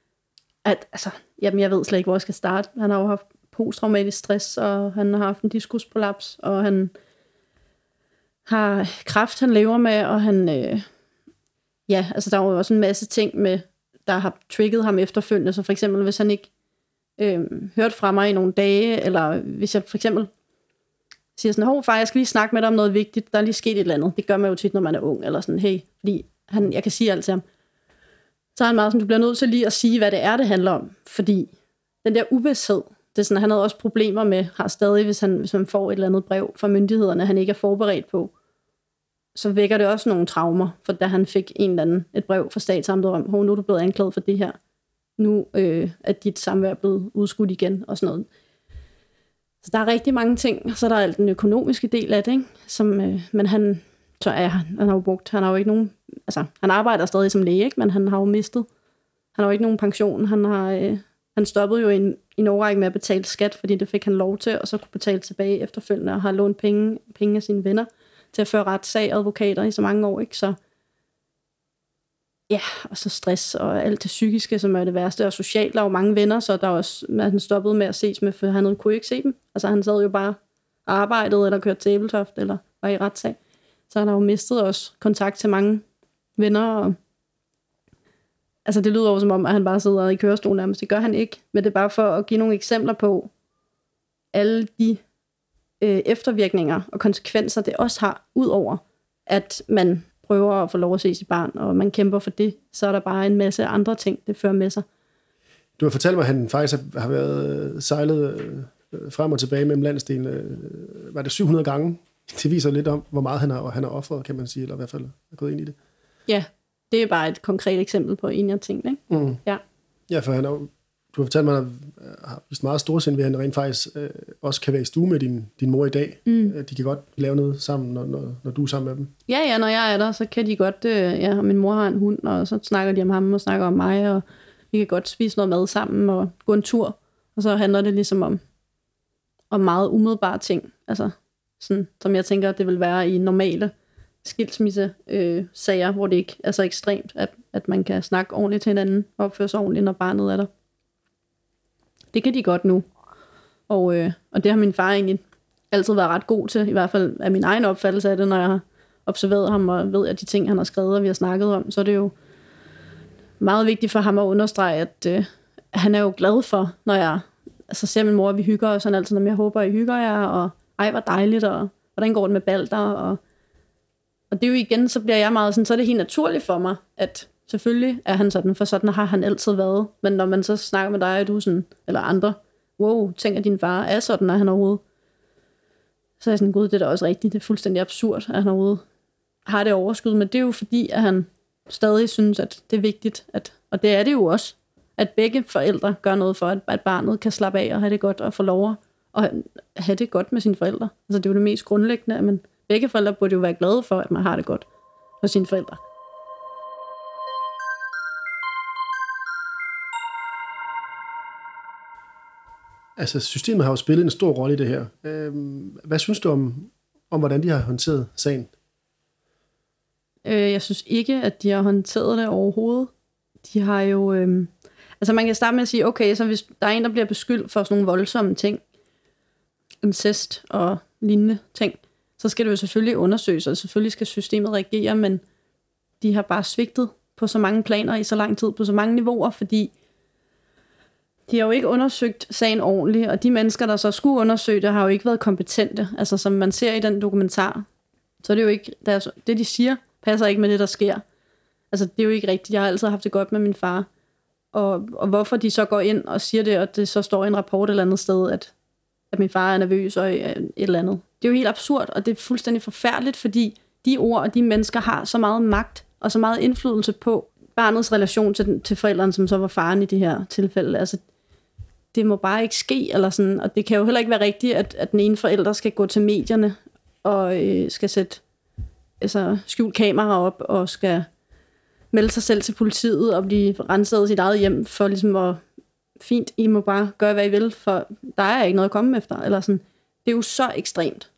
jeg ved slet ikke, hvor jeg skal starte. Han har jo haft posttraumatisk stress, og han har haft en diskusprolaps, og han har kræft, han lever med, og han, der er jo også en masse ting med, der har trigget ham efterfølgende, så for eksempel, hvis han ikke hørte fra mig i nogle dage, eller hvis jeg for eksempel siger sådan, far, jeg skal lige snakke med dig om noget vigtigt, der er lige sket et eller andet. Det gør man jo tit, når man er ung, eller sådan, hey, fordi jeg kan sige alt til ham. Så er han meget sådan, du bliver nødt til lige at sige, hvad det er, det handler om, fordi den der uvidshed, det er sådan, han havde også problemer med, har stadig, hvis man får et eller andet brev fra myndighederne, han ikke er forberedt på, så vækker det også nogle traumer, for da han fik et brev fra statsamtet om, nu er du blevet anklaget for det her, nu er dit samvær blevet udskudt igen, og sådan noget. Så der er rigtig mange ting, så der er den økonomiske del af det, ikke? Som, men han har jo ikke nogen, altså han arbejder stadig som læge, ikke? Men han har jo mistet, han har jo ikke nogen pension, han stoppede jo i en årrække med at betale skat, fordi det fik han lov til, og så kunne betale tilbage efterfølgende, og har lånt penge af sine venner til at føre retssag, advokater i så mange år, ikke? Så ja, og så stress og alt det psykiske, som er det værste, og socialt, der er jo mange venner, så der er også, at han stoppede med at ses med, for han kunne ikke se dem. Altså han sad jo bare og arbejdede, eller kørte til Æbeltoft, eller var i retssag. Så han har jo mistet også kontakt til mange venner, og altså det lyder jo som om, at han bare sidder i kørestol nærmest. Det gør han ikke, men det er bare for at give nogle eksempler på alle de eftervirkninger og konsekvenser, det også har, ud over at man prøver at få lov at se sit barn, og man kæmper for det, så er der bare en masse andre ting, det fører med sig. Du har fortalt mig, at han faktisk har været sejlet frem og tilbage mellem landsdelene. Var det 700 gange? Det viser lidt om, hvor meget han har offret, kan man sige, eller i hvert fald er gået ind i det. Ja, det er bare et konkret eksempel på en af tingene, ikke? Mm. Ja. Ja, for du har fortalt mig, at han har vist meget storsind ved, at han rent faktisk også kan være i stue med din mor i dag. Mm. De kan godt lave noget sammen, når du er sammen med dem. Ja, når jeg er der, så kan de godt, og min mor har en hund, og så snakker de om ham og snakker om mig, og vi kan godt spise noget mad sammen og gå en tur. Og så handler det ligesom om meget umiddelbare ting, altså sådan, som jeg tænker, det vil være i normale skilsmisse-sager, hvor det ikke er så ekstremt, at man kan snakke ordentligt til hinanden og opføre sig ordentligt, når barnet er der. Det kan de godt nu. Og det har min far egentlig altid været ret god til, i hvert fald af min egen opfattelse af det, når jeg har observeret ham og ved, at de ting, han har skrevet, og vi har snakket om, så er det jo meget vigtigt for ham at understrege, at han er jo glad for, når jeg ser min mor, og vi hygger os, sådan altid, når jeg håber, I hygger jer, og ej, hvor dejligt, og hvordan går det med Balder, og det er jo igen, så bliver jeg meget sådan, så er det helt naturligt for mig, at Selvfølgelig er han sådan, for sådan har han altid været. Men når man så snakker med dig, og du sådan, eller andre, wow, tænk at din far er sådan, er han overhovedet. Så er jeg sådan, gud, det er da også rigtigt. Det er fuldstændig absurd, at han overhovedet har det overskud. Men det er jo fordi, at han stadig synes, at det er vigtigt, og det er det jo også, at begge forældre gør noget for, at barnet kan slappe af og have det godt og få lov at have det godt med sine forældre. Altså det er jo det mest grundlæggende, men begge forældre burde jo være glade for, at man har det godt hos sine forældre. Altså systemet har jo spillet en stor rolle i det her. Hvad synes du om hvordan de har håndteret sagen? Jeg synes ikke, at de har håndteret det overhovedet. De har jo... altså man kan starte med at sige, okay, så hvis der er en, der bliver beskyldt for sådan nogle voldsomme ting, incest og lignende ting, så skal det jo selvfølgelig undersøges, og selvfølgelig skal systemet reagere, men de har bare svigtet på så mange planer i så lang tid, på så mange niveauer, fordi de har jo ikke undersøgt sagen ordentligt, og de mennesker, der så skulle undersøge det, har jo ikke været kompetente. Altså som man ser i den dokumentar, så er det jo ikke, det de siger, passer ikke med det, der sker. Altså det er jo ikke rigtigt. Jeg har altid haft det godt med min far. Og hvorfor de så går ind og siger det, og det så står i en rapport et eller andet sted, at min far er nervøs og et eller andet. Det er jo helt absurd, og det er fuldstændig forfærdeligt, fordi de ord og de mennesker har så meget magt og så meget indflydelse på barnets relation til forældrene, som så var faren i det her tilfælde. Altså det må bare ikke ske, eller sådan, og det kan jo heller ikke være rigtigt, at den ene forælder skal gå til medierne og skal sætte skjult kamera op og skal melde sig selv til politiet og blive renset i sit eget hjem for ligesom at fint, I må bare gøre, hvad I vil, for der er ikke noget at komme efter. Eller sådan. Det er jo så ekstremt.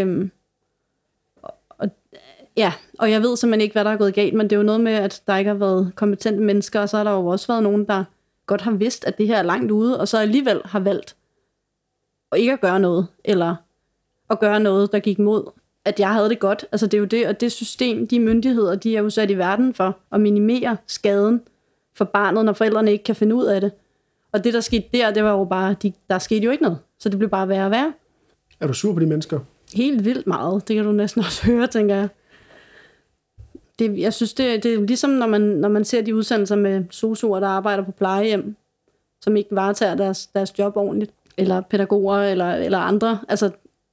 Og jeg ved simpelthen ikke, hvad der er gået galt, men det er jo noget med, at der ikke har været kompetente mennesker, og så har der jo også været nogen, der godt har vidst, at det her er langt ude, og så alligevel har valgt at ikke at gøre noget, eller at gøre noget, der gik imod, at jeg havde det godt. Altså det er jo det, og det system, de myndigheder, de er jo sat i verden for at minimere skaden for barnet, når forældrene ikke kan finde ud af det. Og det, der skete der, det var jo bare, der skete jo ikke noget. Så det blev bare værre og værre. Er du sur på de mennesker? Helt vildt meget. Det kan du næsten også høre, tænker jeg. Jeg synes, det er ligesom, når man ser de udsendelser med sosuer, der arbejder på plejehjem, som ikke varetager deres job ordentligt, eller pædagoger, eller andre. Altså,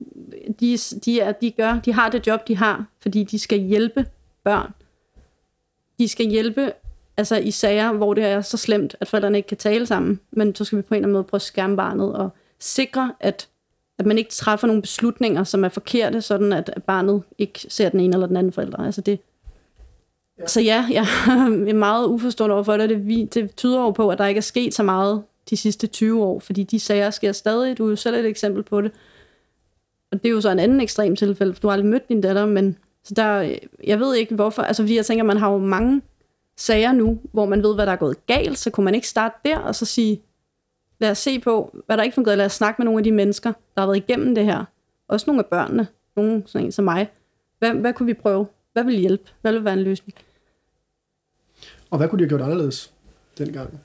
de har det job, de har, fordi de skal hjælpe børn. De skal hjælpe altså i sager, hvor det er så slemt, at forældrene ikke kan tale sammen, men så skal vi på en eller anden måde prøve at skærme barnet og sikre, at man ikke træffer nogle beslutninger, som er forkerte, sådan at barnet ikke ser den ene eller den anden forælder. Altså det. Ja. Så ja, jeg er meget uforstående overfor det. Det tyder jo på, at der ikke er sket så meget de sidste 20 år, fordi de sager sker stadig. Du er jo selv et eksempel på det. Og det er jo så en anden ekstrem tilfælde, for du har aldrig mødt din datter, men så der, jeg ved ikke hvorfor, altså fordi jeg tænker, man har jo mange sager nu, hvor man ved, hvad der er gået galt, så kunne man ikke starte der og så sige, lad os se på, hvad der ikke fungerer, lad os snakke med nogle af de mennesker, der har været igennem det her. Også nogle af børnene, nogle sådan en som mig. Hvad kunne vi prøve? Hvad vil hjælpe? Hvad vil være en løsning? Og hvad kunne de have gjort anderledes dengang?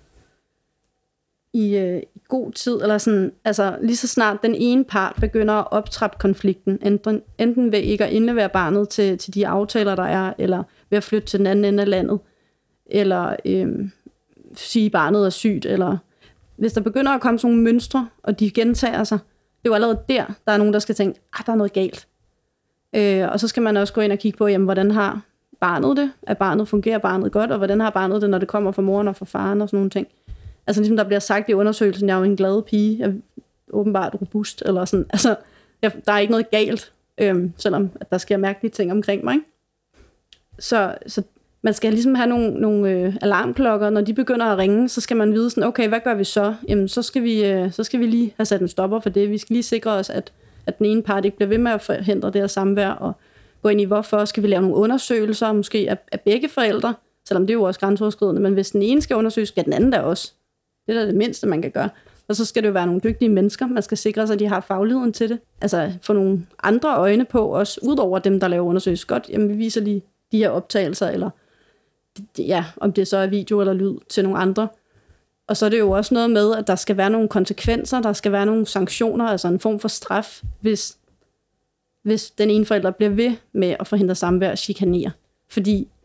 I god tid, eller sådan, altså lige så snart den ene part begynder at optrappe konflikten, enten ved ikke at indlevere barnet til de aftaler, der er, eller ved at flytte til den anden ende af landet, eller sige, at barnet er sygt, eller hvis der begynder at komme sådan nogle mønstre, og de gentager sig, det er jo allerede der er nogen, der skal tænke, der er noget galt. Og så skal man også gå ind og kigge på, jamen, hvordan har barnet det? Fungerer barnet godt? Og hvordan har barnet det, når det kommer fra moren og fra faren og sådan nogle ting? Altså ligesom der bliver sagt i undersøgelsen, jeg er jo en glad pige, jeg er åbenbart robust, eller sådan. Altså, der er ikke noget galt, selvom at der sker mærkelige ting omkring mig. Ikke? Så man skal ligesom have nogle alarmklokker, når de begynder at ringe, så skal man vide sådan, okay, hvad gør vi så? Jamen, så skal vi lige have sat en stopper for det. Vi skal lige sikre os, at den ene part ikke bliver ved med at forhindre det her samvær, og gå ind i, hvorfor skal vi lave nogle undersøgelser, måske af begge forældre, selvom det er jo også grænseoverskridende, men hvis den ene skal undersøges, skal den anden der også. Det er da det mindste, man kan gøre. Og så skal det jo være nogle dygtige mennesker. Man skal sikre sig, at de har fagligheden til det. Altså få nogle andre øjne på, også ud over dem, der laver undersøgelser. Godt, jamen vi viser lige de her optagelser, eller ja, om det så er video eller lyd til nogle andre. Og så er det jo også noget med, at der skal være nogle konsekvenser, der skal være nogle sanktioner, altså en form for straf, hvis den ene forælder bliver ved med at forhindre samvær og chikanere. Fordi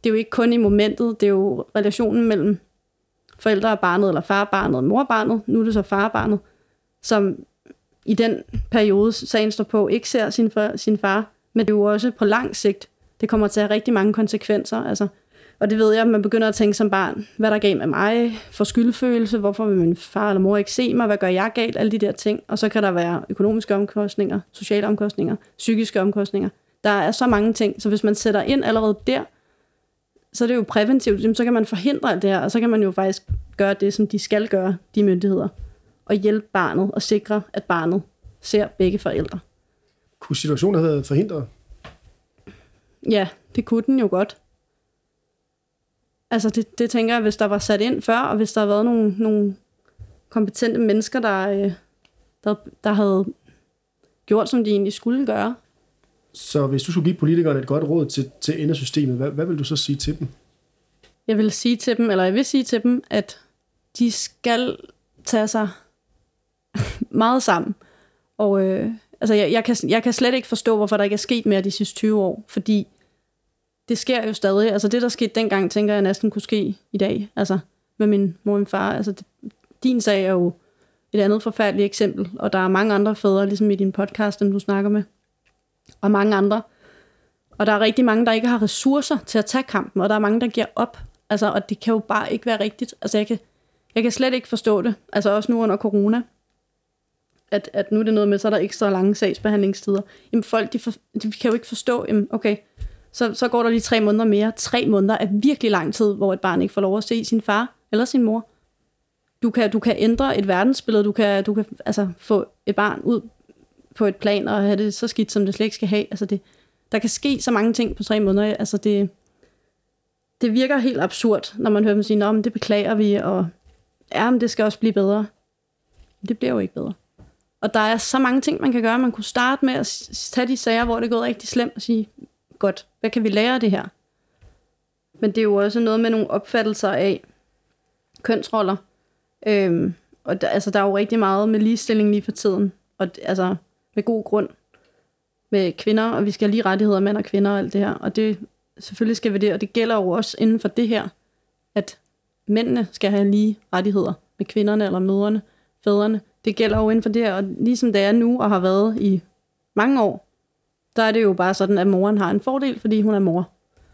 det er jo ikke kun i momentet, det er jo relationen mellem forældre og barnet, eller far og barnet og mor og barnet, nu er det så far og barnet, som i den periode, sagen står på, ikke ser sin far, men det er jo også på lang sigt, det kommer til at have rigtig mange konsekvenser, altså. Og det ved jeg, at man begynder at tænke som barn, hvad der er galt med mig, for skyldfølelse, hvorfor vil min far eller mor ikke se mig, hvad gør jeg galt, alle de der ting. Og så kan der være økonomiske omkostninger, sociale omkostninger, psykiske omkostninger. Der er så mange ting, så hvis man sætter ind allerede der, så er det jo præventivt, så kan man forhindre alt det her, og så kan man jo faktisk gøre det, som de skal gøre, de myndigheder, og hjælpe barnet og sikre, at barnet ser begge forældre. Kunne situationen have været forhindret? Ja, det kunne den jo godt. Altså det tænker jeg, hvis der var sat ind før, og hvis der havde været nogle kompetente mennesker, der havde gjort, som de egentlig skulle gøre. Så hvis du skulle give politikerne et godt råd til ende af systemet, hvad vil du så sige til dem? Jeg vil sige til dem, at de skal tage sig meget sammen. Og altså jeg kan slet ikke forstå, hvorfor der ikke er sket mere de sidste 20 år, fordi det sker jo stadig. Altså det, der skete dengang, tænker jeg næsten kunne ske i dag. Altså med min mor og min far. Altså din sag er jo et andet forfærdeligt eksempel, og der er mange andre fædre, ligesom i din podcast, dem du snakker med, og mange andre. Og der er rigtig mange, der ikke har ressourcer til at tage kampen, og der er mange, der giver op. Altså, og det kan jo bare ikke være rigtigt. Altså jeg kan slet ikke forstå det. Altså også nu under corona, at nu er det noget med, så er der ekstra lange sagsbehandlingstider. Jamen folk, de kan jo ikke forstå, jamen, okay, så går der lige 3 måneder mere. 3 måneder er virkelig lang tid, hvor et barn ikke får lov at se sin far eller sin mor. Du kan ændre et verdensbillede, du kan altså få et barn ud på et plan og have det så skidt, som det slet ikke skal have. Altså der kan ske så mange ting på 3 måneder. Altså det virker helt absurd, når man hører dem sige, men det beklager vi, og men det skal også blive bedre. Det bliver jo ikke bedre. Og der er så mange ting, man kan gøre. Man kunne starte med at tage de sager, hvor det er gået rigtig slemt, og sige, godt, hvad kan vi lære af det her? Men det er jo også noget med nogle opfattelser af kønsroller. Og der er jo rigtig meget med ligestilling lige for tiden. Og altså med god grund. Med kvinder, og vi skal have lige rettigheder, mænd og kvinder og alt det her. Og det selvfølgelig skal vi det, og det gælder jo også inden for det her, at mændene skal have lige rettigheder med kvinderne eller mødrene, fædrene. Det gælder jo inden for det her, og ligesom det er nu og har været i mange år, der er det jo bare sådan, at moren har en fordel, fordi hun er mor.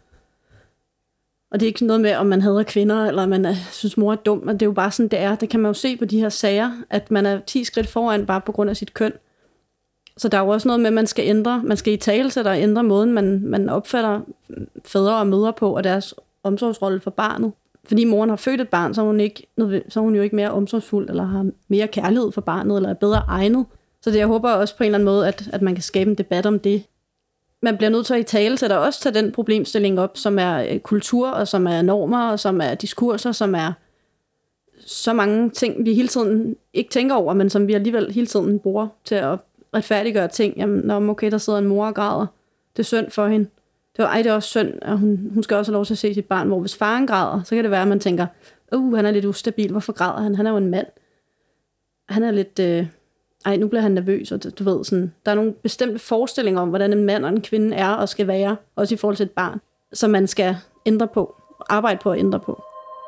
Og det er ikke noget med, om man hader kvinder, eller man synes, mor er dum, men det er jo bare sådan, det er. Det kan man jo se på de her sager, at man er 10 skridt foran bare på grund af sit køn. Så der er jo også noget med, at man skal ændre. Man skal i talesætte og ændre måden, man opfatter fædre og mødre på, og deres omsorgsrolle for barnet. Fordi moren har født et barn, så er hun jo ikke mere omsorgsfuld, eller har mere kærlighed for barnet, eller er bedre egnet. Så det, jeg håber også på en eller anden måde, at man kan skabe en debat om det. Man bliver nødt til at i talesætte og også tage den problemstilling op, som er kultur, og som er normer, og som er diskurser, som er så mange ting, vi hele tiden ikke tænker over, men som vi alligevel hele tiden bruger til at retfærdiggøre ting. Jamen, okay, der sidder en mor og græder. Det er synd for hende. Det er også synd, og hun skal også have lov til at se sit barn, hvor hvis faren græder, så kan det være, at man tænker, han er lidt ustabil, hvorfor græder han? Han er jo en mand. Han er lidt, nu bliver han nervøs, og du ved, sådan, der er nogle bestemte forestillinger om, hvordan en mand og en kvinde er og skal være, også i forhold til et barn, som man skal ændre på, arbejde på at ændre på.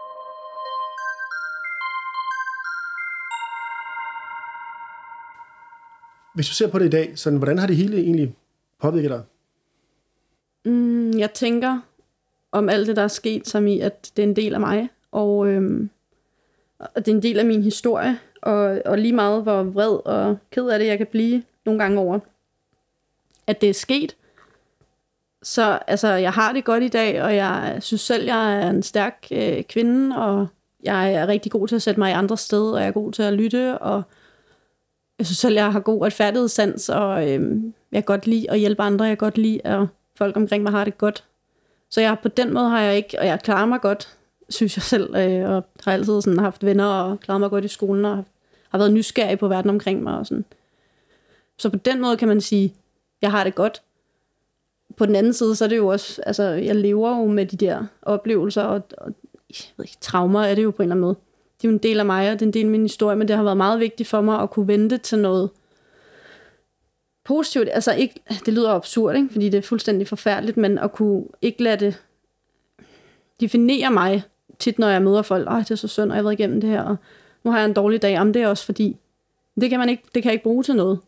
Hvis du ser på det i dag, sådan, hvordan har det hele egentlig påvirket dig? Jeg tænker om alt det, der er sket, som i, at det er en del af mig, og det er en del af min historie, og lige meget, hvor vred og ked af det, jeg kan blive nogle gange over, at det er sket. Så altså, jeg har det godt i dag, og jeg synes selv, jeg er en stærk kvinde, og jeg er rigtig god til at sætte mig i andre steder, og jeg er god til at lytte, og jeg synes selv, jeg har god retfærdighedssans, og jeg kan godt lide at hjælpe andre, jeg kan godt lide, at folk omkring mig har det godt. Så på den måde har jeg ikke, og jeg klarer mig godt, synes jeg selv, og har altid sådan haft venner, og klaret mig godt i skolen, og har været nysgerrig på verden omkring mig, og sådan. Så på den måde kan man sige, jeg har det godt. På den anden side, så er det jo også, altså jeg lever jo med de der oplevelser, og jeg ved ikke, traumer er det jo på en eller anden måde. Det er jo en del af mig, og det er en del af min historie, men det har været meget vigtigt for mig at kunne vente til noget positivt. Altså ikke, det lyder absurd, ikke? Fordi det er fuldstændig forfærdeligt, men at kunne ikke lade det definerer mig tit, når jeg møder folk. Det er så synd, og jeg har været igennem det her, og nu har jeg en dårlig dag. Jamen, det er også fordi, det kan jeg ikke bruge til noget.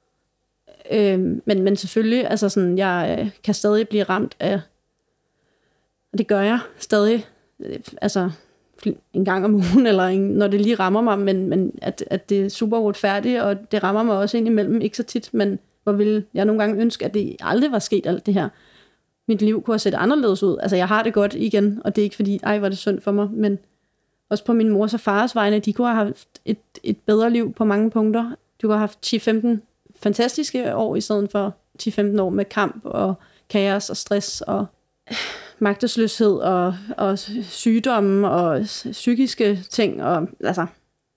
Men selvfølgelig, altså sådan, jeg kan stadig blive ramt af, og det gør jeg stadig, altså en gang om ugen, eller når det lige rammer mig, men at det er super uretfærdigt, og det rammer mig også indimellem, ikke så tit, men hvor vil jeg nogle gange ønske, at det aldrig var sket alt det her. Mit liv kunne have set anderledes ud. Altså, jeg har det godt igen, og det er ikke fordi, var det synd for mig, men også på min mors og fars vegne, de kunne have haft et bedre liv på mange punkter. De kunne have haft 10-15 fantastiske år, i stedet for 10-15 år med kamp og kaos og stress og magtesløshed og sygdomme og psykiske ting. Og, altså.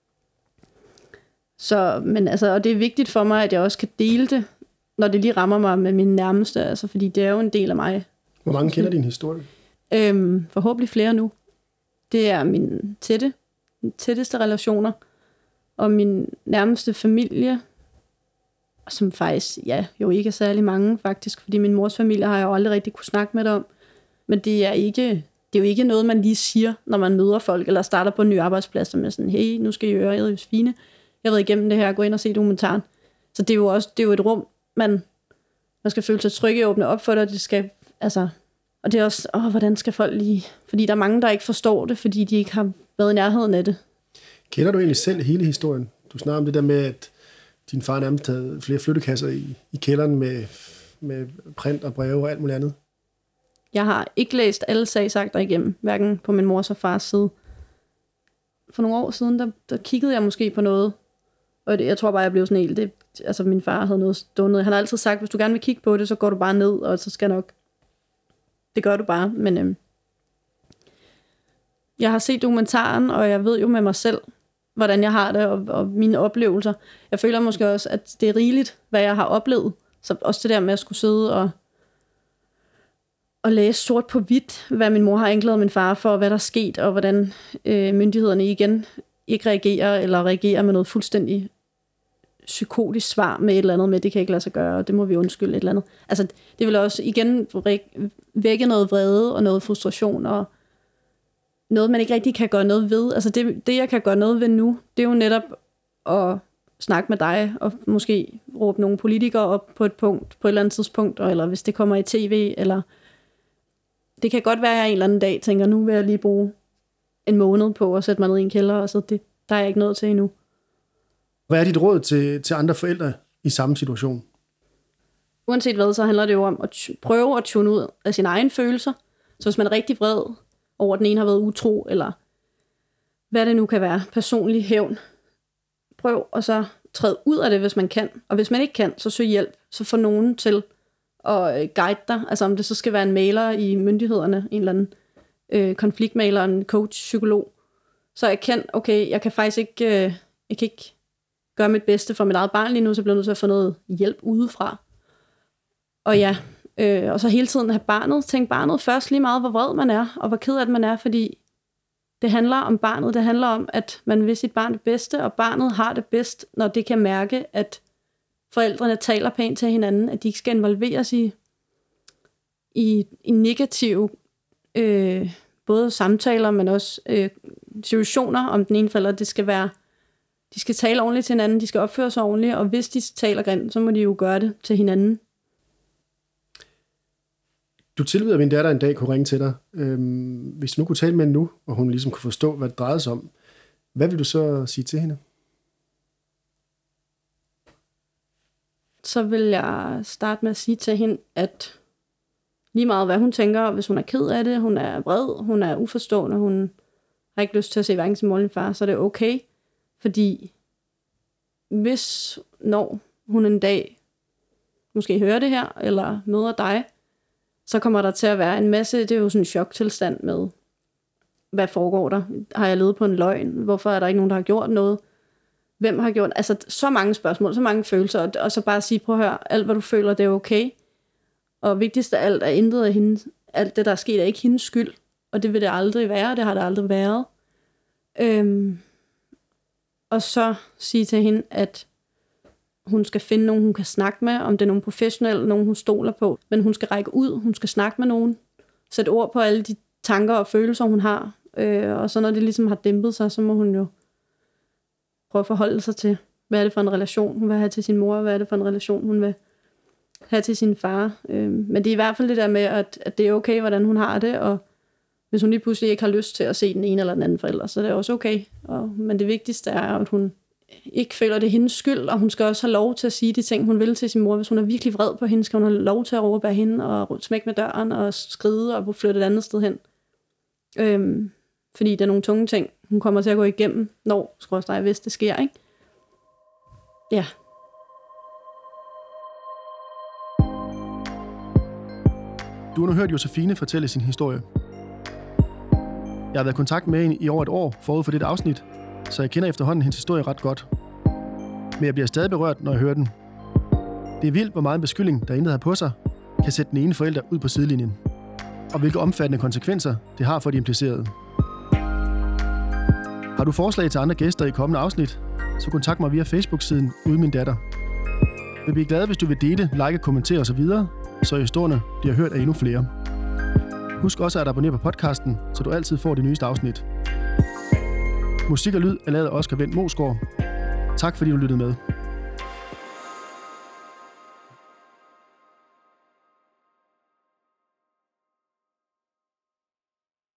Så, men altså, og det er vigtigt for mig, at jeg også kan dele det, når det lige rammer mig med mine nærmeste, altså, fordi det er jo en del af mig. Hvor mange kender din historie? Forhåbentlig flere nu. Det er mine tætteste relationer, og min nærmeste familie, som faktisk, jo ikke er særlig mange faktisk, fordi min mors familie har jeg jo aldrig rigtig kunne snakke med det om. Men det er jo ikke noget, man lige siger, når man møder folk, eller starter på en ny arbejdsplads, som er sådan, hey, nu skal I høre, jeg er Josefine. Jeg har været igennem det her, gå ind og se dokumentaren. Så det er jo et rum, man skal føle sig trygge og åbne op for det, og det er også, hvordan skal folk lige, fordi der er mange, der ikke forstår det, fordi de ikke har været i nærheden af det. Kender du egentlig selv hele historien? Du snakker om det der med, at din far nærmest havde flere flyttekasser i kælderen med print og breve og alt muligt andet. Jeg har ikke læst alle sagsakter igennem, hverken på min mors og fars side. For nogle år siden, der kiggede jeg måske på noget, og jeg tror bare, jeg blev sådan helt, altså min far havde noget stående. Han har altid sagt, hvis du gerne vil kigge på det, så går du bare ned, og så skal nok, det gør du bare. Men jeg har set dokumentaren, og jeg ved jo med mig selv, hvordan jeg har det, og mine oplevelser. Jeg føler måske også, at det er rigeligt, hvad jeg har oplevet. Så også det der med at skulle sidde og læse sort på hvidt, hvad min mor har anklaget min far for, hvad der er sket, og hvordan myndighederne igen ikke reagerer, eller reagerer med noget fuldstændig psykotisk svar med et eller andet med, det kan ikke lade sig gøre, og det må vi undskylde et eller andet. Altså, det vil også igen vække noget vrede og noget frustration, og noget, man ikke rigtig kan gøre noget ved. Altså, det jeg kan gøre noget ved nu, det er jo netop at snakke med dig, og måske råbe nogle politikere op på et eller andet tidspunkt, eller hvis det kommer i tv, eller det kan godt være, at jeg en eller anden dag tænker, nu vil jeg lige bruge en måned på at sætte mig ned i en kælder, og så der er jeg ikke nået til endnu. Hvad er dit råd til andre forældre i samme situation? Uanset hvad, så handler det jo om at prøve at tune ud af sine egne følelser. Så hvis man er rigtig vred over, at den ene har været utro, eller hvad det nu kan være, personlig hævn, prøv at så træde ud af det, hvis man kan. Og hvis man ikke kan, så søg hjælp. Så få nogen til at guide dig. Altså om det så skal være en mailer i myndighederne, en eller anden konfliktmailer, en coach, psykolog. Så erkend, okay, jeg kan faktisk ikke, jeg kan ikke gøre mit bedste for mit eget barn lige nu, så bliver jeg nødt til at få noget hjælp udefra. Og ja, og så hele tiden have tænk barnet først lige meget, hvor vred man er, og hvor ked af man er, fordi det handler om barnet, det handler om, at man vil sit barn det bedste, og barnet har det bedst, når det kan mærke, at forældrene taler pænt til hinanden, at de ikke skal involveres i negative både samtaler, men også situationer om den ene forælder. De skal tale ordentligt til hinanden, de skal opføre sig ordentligt, og hvis de taler grimt, så må de jo gøre det til hinanden. Du tilbyder, at min datter en dag kunne ringe til dig. Hvis du nu kunne tale med hende nu, og hun ligesom kunne forstå, hvad det drejede sig om, hvad vil du så sige til hende? Så vil jeg starte med at sige til hende, at lige meget hvad hun tænker, hvis hun er ked af det, hun er vred, hun er uforstående, hun har ikke lyst til at se hverken sin mor eller far, så er det okay. Fordi når hun en dag måske hører det her, eller møder dig, så kommer der til at være en masse, det er jo sådan en choktilstand med, hvad foregår der? Har jeg levet på en løgn? Hvorfor er der ikke nogen, der har gjort noget? Hvem har gjort? Altså så mange spørgsmål, så mange følelser, og så bare sige, prøv at høre, alt hvad du føler, det er okay. Og vigtigst af alt er intet af hende. Alt det, der er sket, er ikke hendes skyld, og det vil det aldrig være, det har det aldrig været. Og så sige til hende, at hun skal finde nogen, hun kan snakke med, om det er nogen professionelle, nogen hun stoler på, men hun skal række ud, hun skal snakke med nogen, sætte ord på alle de tanker og følelser, hun har. Og så når det ligesom har dæmpet sig, så må hun jo prøve at forholde sig til, hvad er det for en relation, hun vil have til sin mor, hvad er det for en relation, hun vil have til sin far. Men det er i hvert fald det der med, at det er okay, hvordan hun har det, og hvis hun lige pludselig ikke har lyst til at se den ene eller den anden forælder, så det er også okay. Men det vigtigste er, at hun ikke føler, det er hendes skyld, og hun skal også have lov til at sige de ting, hun vil til sin mor. Hvis hun er virkelig vred på hende, skal hun have lov til at råbe af hende, og smække med døren, og skride, og flytte et andet sted hen. Fordi der er nogle tunge ting, hun kommer til at gå igennem, hvis det sker, ikke? Ja. Du har nu hørt Josefine fortælle sin historie. Jeg har været i kontakt med hende i over et år forud for dette afsnit, så jeg kender efterhånden hendes historie ret godt. Men jeg bliver stadig berørt, når jeg hører den. Det er vildt, hvor meget en beskyldning, der intet har på sig, kan sætte den ene forælder ud på sidelinjen. Og hvilke omfattende konsekvenser det har for de implicerede. Har du forslag til andre gæster i kommende afsnit, så kontakt mig via Facebook-siden Uden Min Datter. Jeg vil blive glad, hvis du vil dele, like, kommentere osv., så historierne bliver hørt af endnu flere. Husk også at abonnere på podcasten, så du altid får det nyeste afsnit. Musik og lyd er lavet af Oscar Wendt Moesgaard. Tak fordi du lyttede med.